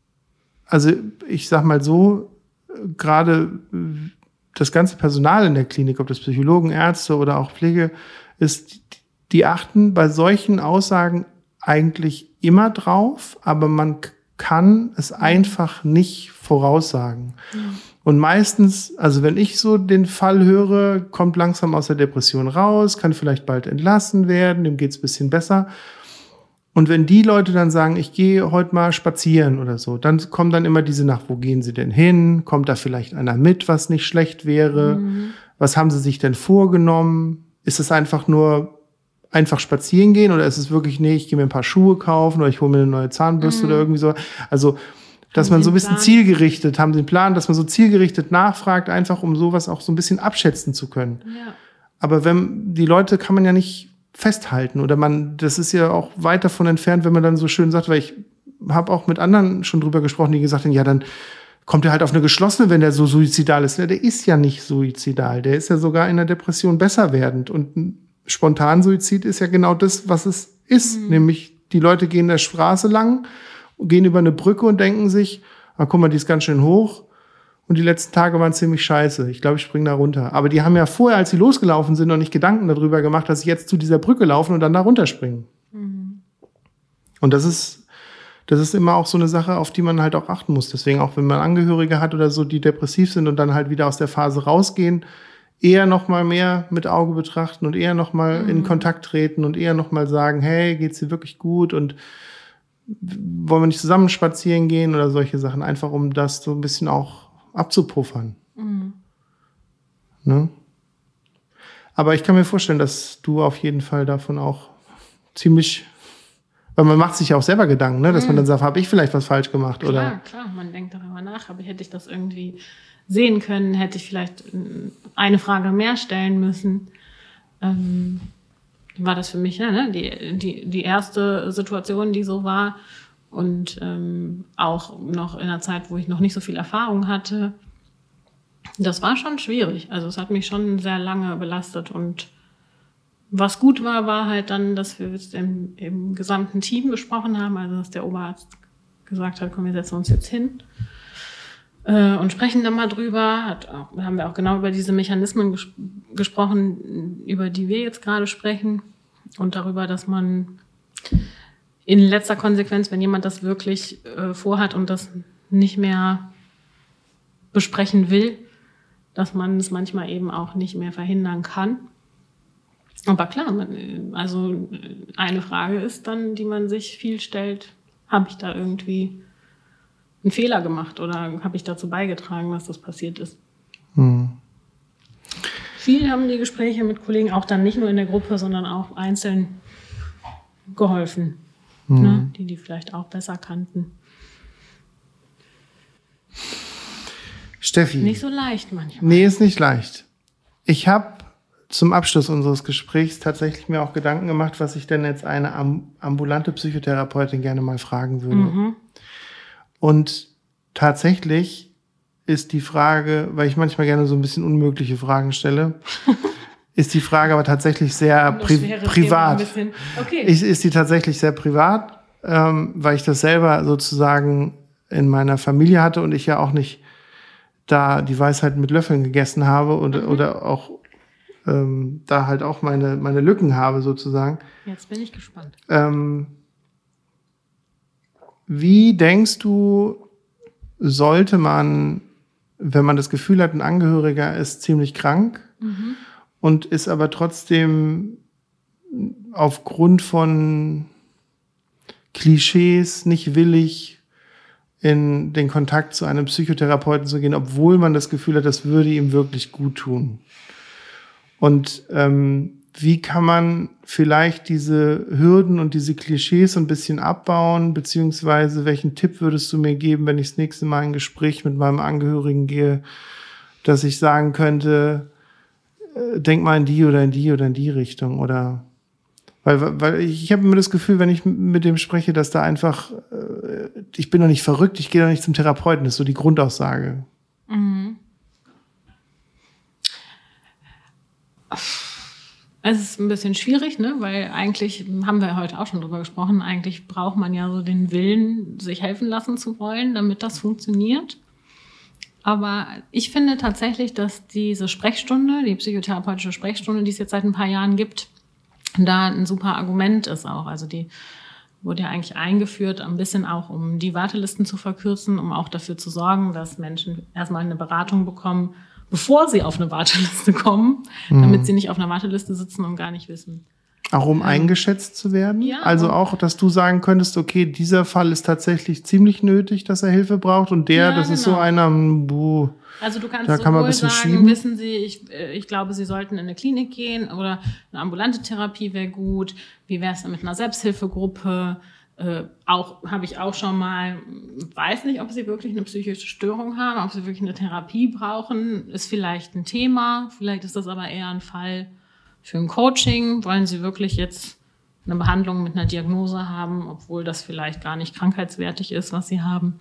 S2: also ich sag mal so, gerade das ganze Personal in der Klinik, ob das Psychologen, Ärzte oder auch Pflege ist, die achten bei solchen Aussagen eigentlich immer drauf, aber man kann es einfach nicht voraussagen. Ja. Und meistens, also wenn ich so den Fall höre, kommt langsam aus der Depression raus, kann vielleicht bald entlassen werden, dem geht's ein bisschen besser. Und wenn die Leute dann sagen, ich gehe heute mal spazieren oder so, dann kommen dann immer diese nach, wo gehen sie denn hin? Kommt da vielleicht einer mit, was nicht schlecht wäre? Was haben sie sich denn vorgenommen? Ist es einfach nur spazieren gehen oder ist es wirklich, nee, ich gehe mir ein paar Schuhe kaufen oder ich hole mir eine neue Zahnbürste oder irgendwie so? Also, dass man so ein bisschen zielgerichtet, haben sie einen Plan, dass man so zielgerichtet nachfragt, einfach um sowas auch so ein bisschen abschätzen zu können. Ja. Aber die Leute kann man ja nicht festhalten oder das ist ja auch weit davon entfernt, wenn man dann so schön sagt, weil ich habe auch mit anderen schon drüber gesprochen, die gesagt haben, ja, dann kommt er halt auf eine geschlossene, wenn der so suizidal ist. Ja, der ist ja nicht suizidal, der ist ja sogar in der Depression besser werdend und ein Spontansuizid ist ja genau das, was es ist, nämlich die Leute gehen der Straße lang, gehen über eine Brücke und denken sich, guck mal, die ist ganz schön hoch. Und die letzten Tage waren ziemlich scheiße. Ich glaube, ich springe da runter. Aber die haben ja vorher, als sie losgelaufen sind, noch nicht Gedanken darüber gemacht, dass sie jetzt zu dieser Brücke laufen und dann da runterspringen. Und das ist immer auch so eine Sache, auf die man halt auch achten muss. Deswegen auch, wenn man Angehörige hat oder so, die depressiv sind und dann halt wieder aus der Phase rausgehen, eher noch mal mehr mit Auge betrachten und eher noch mal in Kontakt treten und eher noch mal sagen, hey, geht's dir wirklich gut und wollen wir nicht zusammen spazieren gehen oder solche Sachen, einfach um das so ein bisschen auch abzupuffern. Ne? Aber ich kann mir vorstellen, dass du auf jeden Fall davon auch ziemlich, weil man macht sich ja auch selber Gedanken, ne? Dass man dann sagt, habe ich vielleicht was falsch gemacht? Oder?
S3: Klar, man denkt darüber nach, aber hätte ich das irgendwie sehen können, hätte ich vielleicht eine Frage mehr stellen müssen. War das für mich die erste Situation, die so war und auch noch in einer Zeit, wo ich noch nicht so viel Erfahrung hatte. Das war schon schwierig. Also es hat mich schon sehr lange belastet. Und was gut war, war halt dann, dass wir im gesamten Team besprochen haben. Also dass der Oberarzt gesagt hat, komm, wir setzen uns jetzt hin und sprechen da mal drüber. Haben wir auch genau über diese Mechanismen gesprochen, über die wir jetzt gerade sprechen. Und darüber, dass man in letzter Konsequenz, wenn jemand das wirklich vorhat und das nicht mehr besprechen will, dass man es manchmal eben auch nicht mehr verhindern kann. Aber klar, also eine Frage ist dann, die man sich viel stellt, habe ich da irgendwie einen Fehler gemacht oder habe ich dazu beigetragen, dass das passiert ist? Viel haben die Gespräche mit Kollegen auch dann nicht nur in der Gruppe, sondern auch einzeln geholfen, ne? Die vielleicht auch besser kannten.
S2: Steffi.
S3: Nicht so leicht manchmal.
S2: Nee, ist nicht leicht. Ich habe zum Abschluss unseres Gesprächs tatsächlich mir auch Gedanken gemacht, was ich denn jetzt eine ambulante Psychotherapeutin gerne mal fragen würde. Und tatsächlich ist die Frage, weil ich manchmal gerne so ein bisschen unmögliche Fragen stelle, ist die Frage aber tatsächlich sehr privat. Okay. Ist die tatsächlich sehr privat, weil ich das selber sozusagen in meiner Familie hatte und ich ja auch nicht da die Weisheit mit Löffeln gegessen habe und oder auch da halt auch meine Lücken habe sozusagen.
S3: Jetzt bin ich gespannt.
S2: Wie denkst du, sollte man, wenn man das Gefühl hat, ein Angehöriger ist ziemlich krank und ist aber trotzdem aufgrund von Klischees nicht willig, in den Kontakt zu einem Psychotherapeuten zu gehen, obwohl man das Gefühl hat, das würde ihm wirklich gut tun. Und wie kann man vielleicht diese Hürden und diese Klischees so ein bisschen abbauen, beziehungsweise welchen Tipp würdest du mir geben, wenn ich das nächste Mal ein Gespräch mit meinem Angehörigen gehe, dass ich sagen könnte, denk mal in die oder in die oder in die Richtung, oder weil ich habe immer das Gefühl, wenn ich mit dem spreche, dass da einfach, ich bin doch nicht verrückt, ich gehe doch nicht zum Therapeuten, das ist so die Grundaussage.
S3: Es ist ein bisschen schwierig, ne? Weil eigentlich, haben wir heute auch schon drüber gesprochen, eigentlich braucht man ja so den Willen, sich helfen lassen zu wollen, damit das funktioniert. Aber ich finde tatsächlich, dass diese Sprechstunde, die psychotherapeutische Sprechstunde, die es jetzt seit ein paar Jahren gibt, da ein super Argument ist auch. Also die wurde ja eigentlich eingeführt, ein bisschen auch, um die Wartelisten zu verkürzen, um auch dafür zu sorgen, dass Menschen erstmal eine Beratung bekommen, bevor sie auf eine Warteliste kommen, damit sie nicht auf einer Warteliste sitzen und gar nicht wissen.
S2: Auch um eingeschätzt zu werden?
S3: Ja.
S2: Also auch, dass du sagen könntest, okay, dieser Fall ist tatsächlich ziemlich nötig, dass er Hilfe braucht und der, das ist so einer,
S3: also du kannst
S2: da kann man ein bisschen
S3: sagen,
S2: schieben.
S3: Wissen Sie, ich glaube, Sie sollten in eine Klinik gehen oder eine ambulante Therapie wäre gut. Wie wäre es denn mit einer Selbsthilfegruppe? Habe ich auch schon mal, weiß nicht, ob Sie wirklich eine psychische Störung haben, ob Sie wirklich eine Therapie brauchen, ist vielleicht ein Thema. Vielleicht ist das aber eher ein Fall für ein Coaching. Wollen Sie wirklich jetzt eine Behandlung mit einer Diagnose haben, obwohl das vielleicht gar nicht krankheitswertig ist, was Sie haben?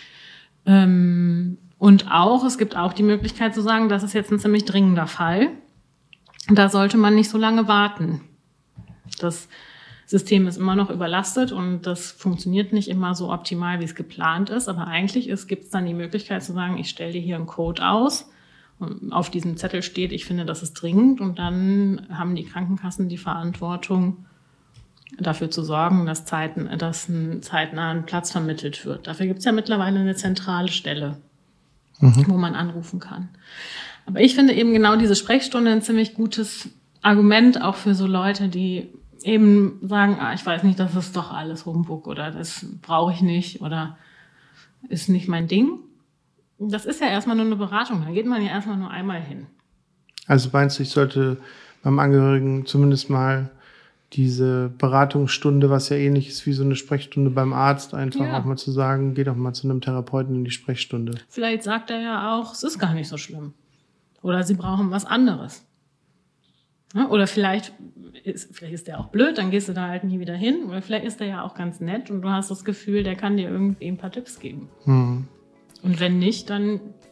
S3: Und auch, es gibt auch die Möglichkeit zu sagen, das ist jetzt ein ziemlich dringender Fall. Da sollte man nicht so lange warten. Das System ist immer noch überlastet und das funktioniert nicht immer so optimal, wie es geplant ist. Aber eigentlich gibt es dann die Möglichkeit zu sagen, ich stelle dir hier einen Code aus. Und auf diesem Zettel steht, ich finde, das ist dringend. Und dann haben die Krankenkassen die Verantwortung, dafür zu sorgen, dass zeitnah ein Platz vermittelt wird. Dafür gibt es ja mittlerweile eine zentrale Stelle, wo man anrufen kann. Aber ich finde eben genau diese Sprechstunde ein ziemlich gutes Argument, auch für so Leute, die eben sagen, ich weiß nicht, das ist doch alles Humbug oder das brauche ich nicht oder ist nicht mein Ding. Das ist ja erstmal nur eine Beratung, da geht man ja erstmal nur einmal hin.
S2: Also meinst du, ich sollte beim Angehörigen zumindest mal diese Beratungsstunde, was ja ähnlich ist wie so eine Sprechstunde beim Arzt, einfach auch mal zu sagen, geh doch mal zu einem Therapeuten in die Sprechstunde.
S3: Vielleicht sagt er ja auch, es ist gar nicht so schlimm. Oder sie brauchen was anderes. Ja, oder vielleicht ist der auch blöd, dann gehst du da halt nie wieder hin. Oder vielleicht ist der ja auch ganz nett und du hast das Gefühl, der kann dir irgendwie ein paar Tipps geben. Und wenn nicht, dann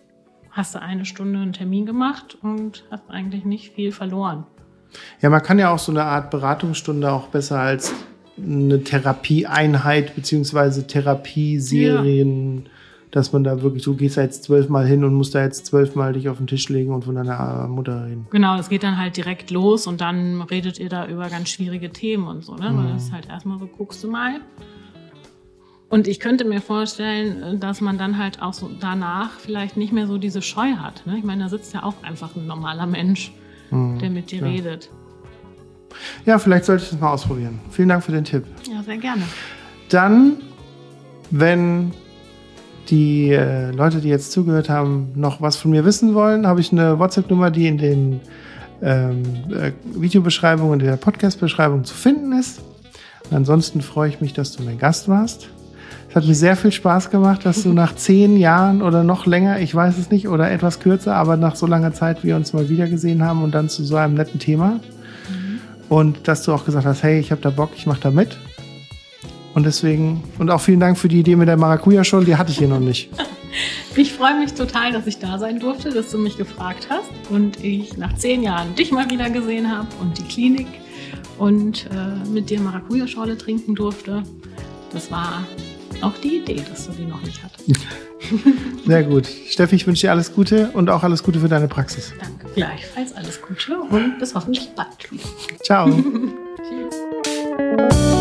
S3: hast du eine Stunde einen Termin gemacht und hast eigentlich nicht viel verloren.
S2: Ja, man kann ja auch so eine Art Beratungsstunde auch besser als eine Therapieeinheit beziehungsweise Therapieserien, dass man da wirklich, du gehst da jetzt 12 Mal hin und musst da jetzt 12 Mal dich auf den Tisch legen und von deiner Mutter reden.
S3: Genau, es geht dann halt direkt los und dann redet ihr da über ganz schwierige Themen und so, ne? Weil das ist halt erstmal so, guckst du mal. Und ich könnte mir vorstellen, dass man dann halt auch so danach vielleicht nicht mehr so diese Scheu hat. Ne? Ich meine, da sitzt ja auch einfach ein normaler Mensch, der mit dir redet.
S2: Ja, vielleicht sollte ich das mal ausprobieren. Vielen Dank für den Tipp.
S3: Ja, sehr gerne.
S2: Dann, wenn die Leute, die jetzt zugehört haben, noch was von mir wissen wollen, habe ich eine WhatsApp-Nummer, die in den Videobeschreibungen und in der Podcast-Beschreibung zu finden ist. Und ansonsten freue ich mich, dass du mein Gast warst. Es hat mir sehr viel Spaß gemacht, dass du nach 10 Jahren oder noch länger, ich weiß es nicht, oder etwas kürzer, aber nach so langer Zeit wir uns mal wieder gesehen haben und dann zu so einem netten Thema. Und dass du auch gesagt hast, hey, ich habe da Bock, ich mache da mit. Und deswegen, und auch vielen Dank für die Idee mit der Maracuja-Show, die hatte ich hier noch nicht.
S3: Ich freue mich total, dass ich da sein durfte, dass du mich gefragt hast und ich nach 10 Jahren dich mal wieder gesehen habe und die Klinik und mit dir Maracuja-Schorle trinken durfte. Das war auch die Idee, dass du die noch nicht hattest.
S2: Sehr gut. Steffi, ich wünsche dir alles Gute und auch alles Gute für deine Praxis.
S3: Danke. Gleichfalls alles Gute und bis hoffentlich bald wieder.
S2: Ciao.
S3: Tschüss.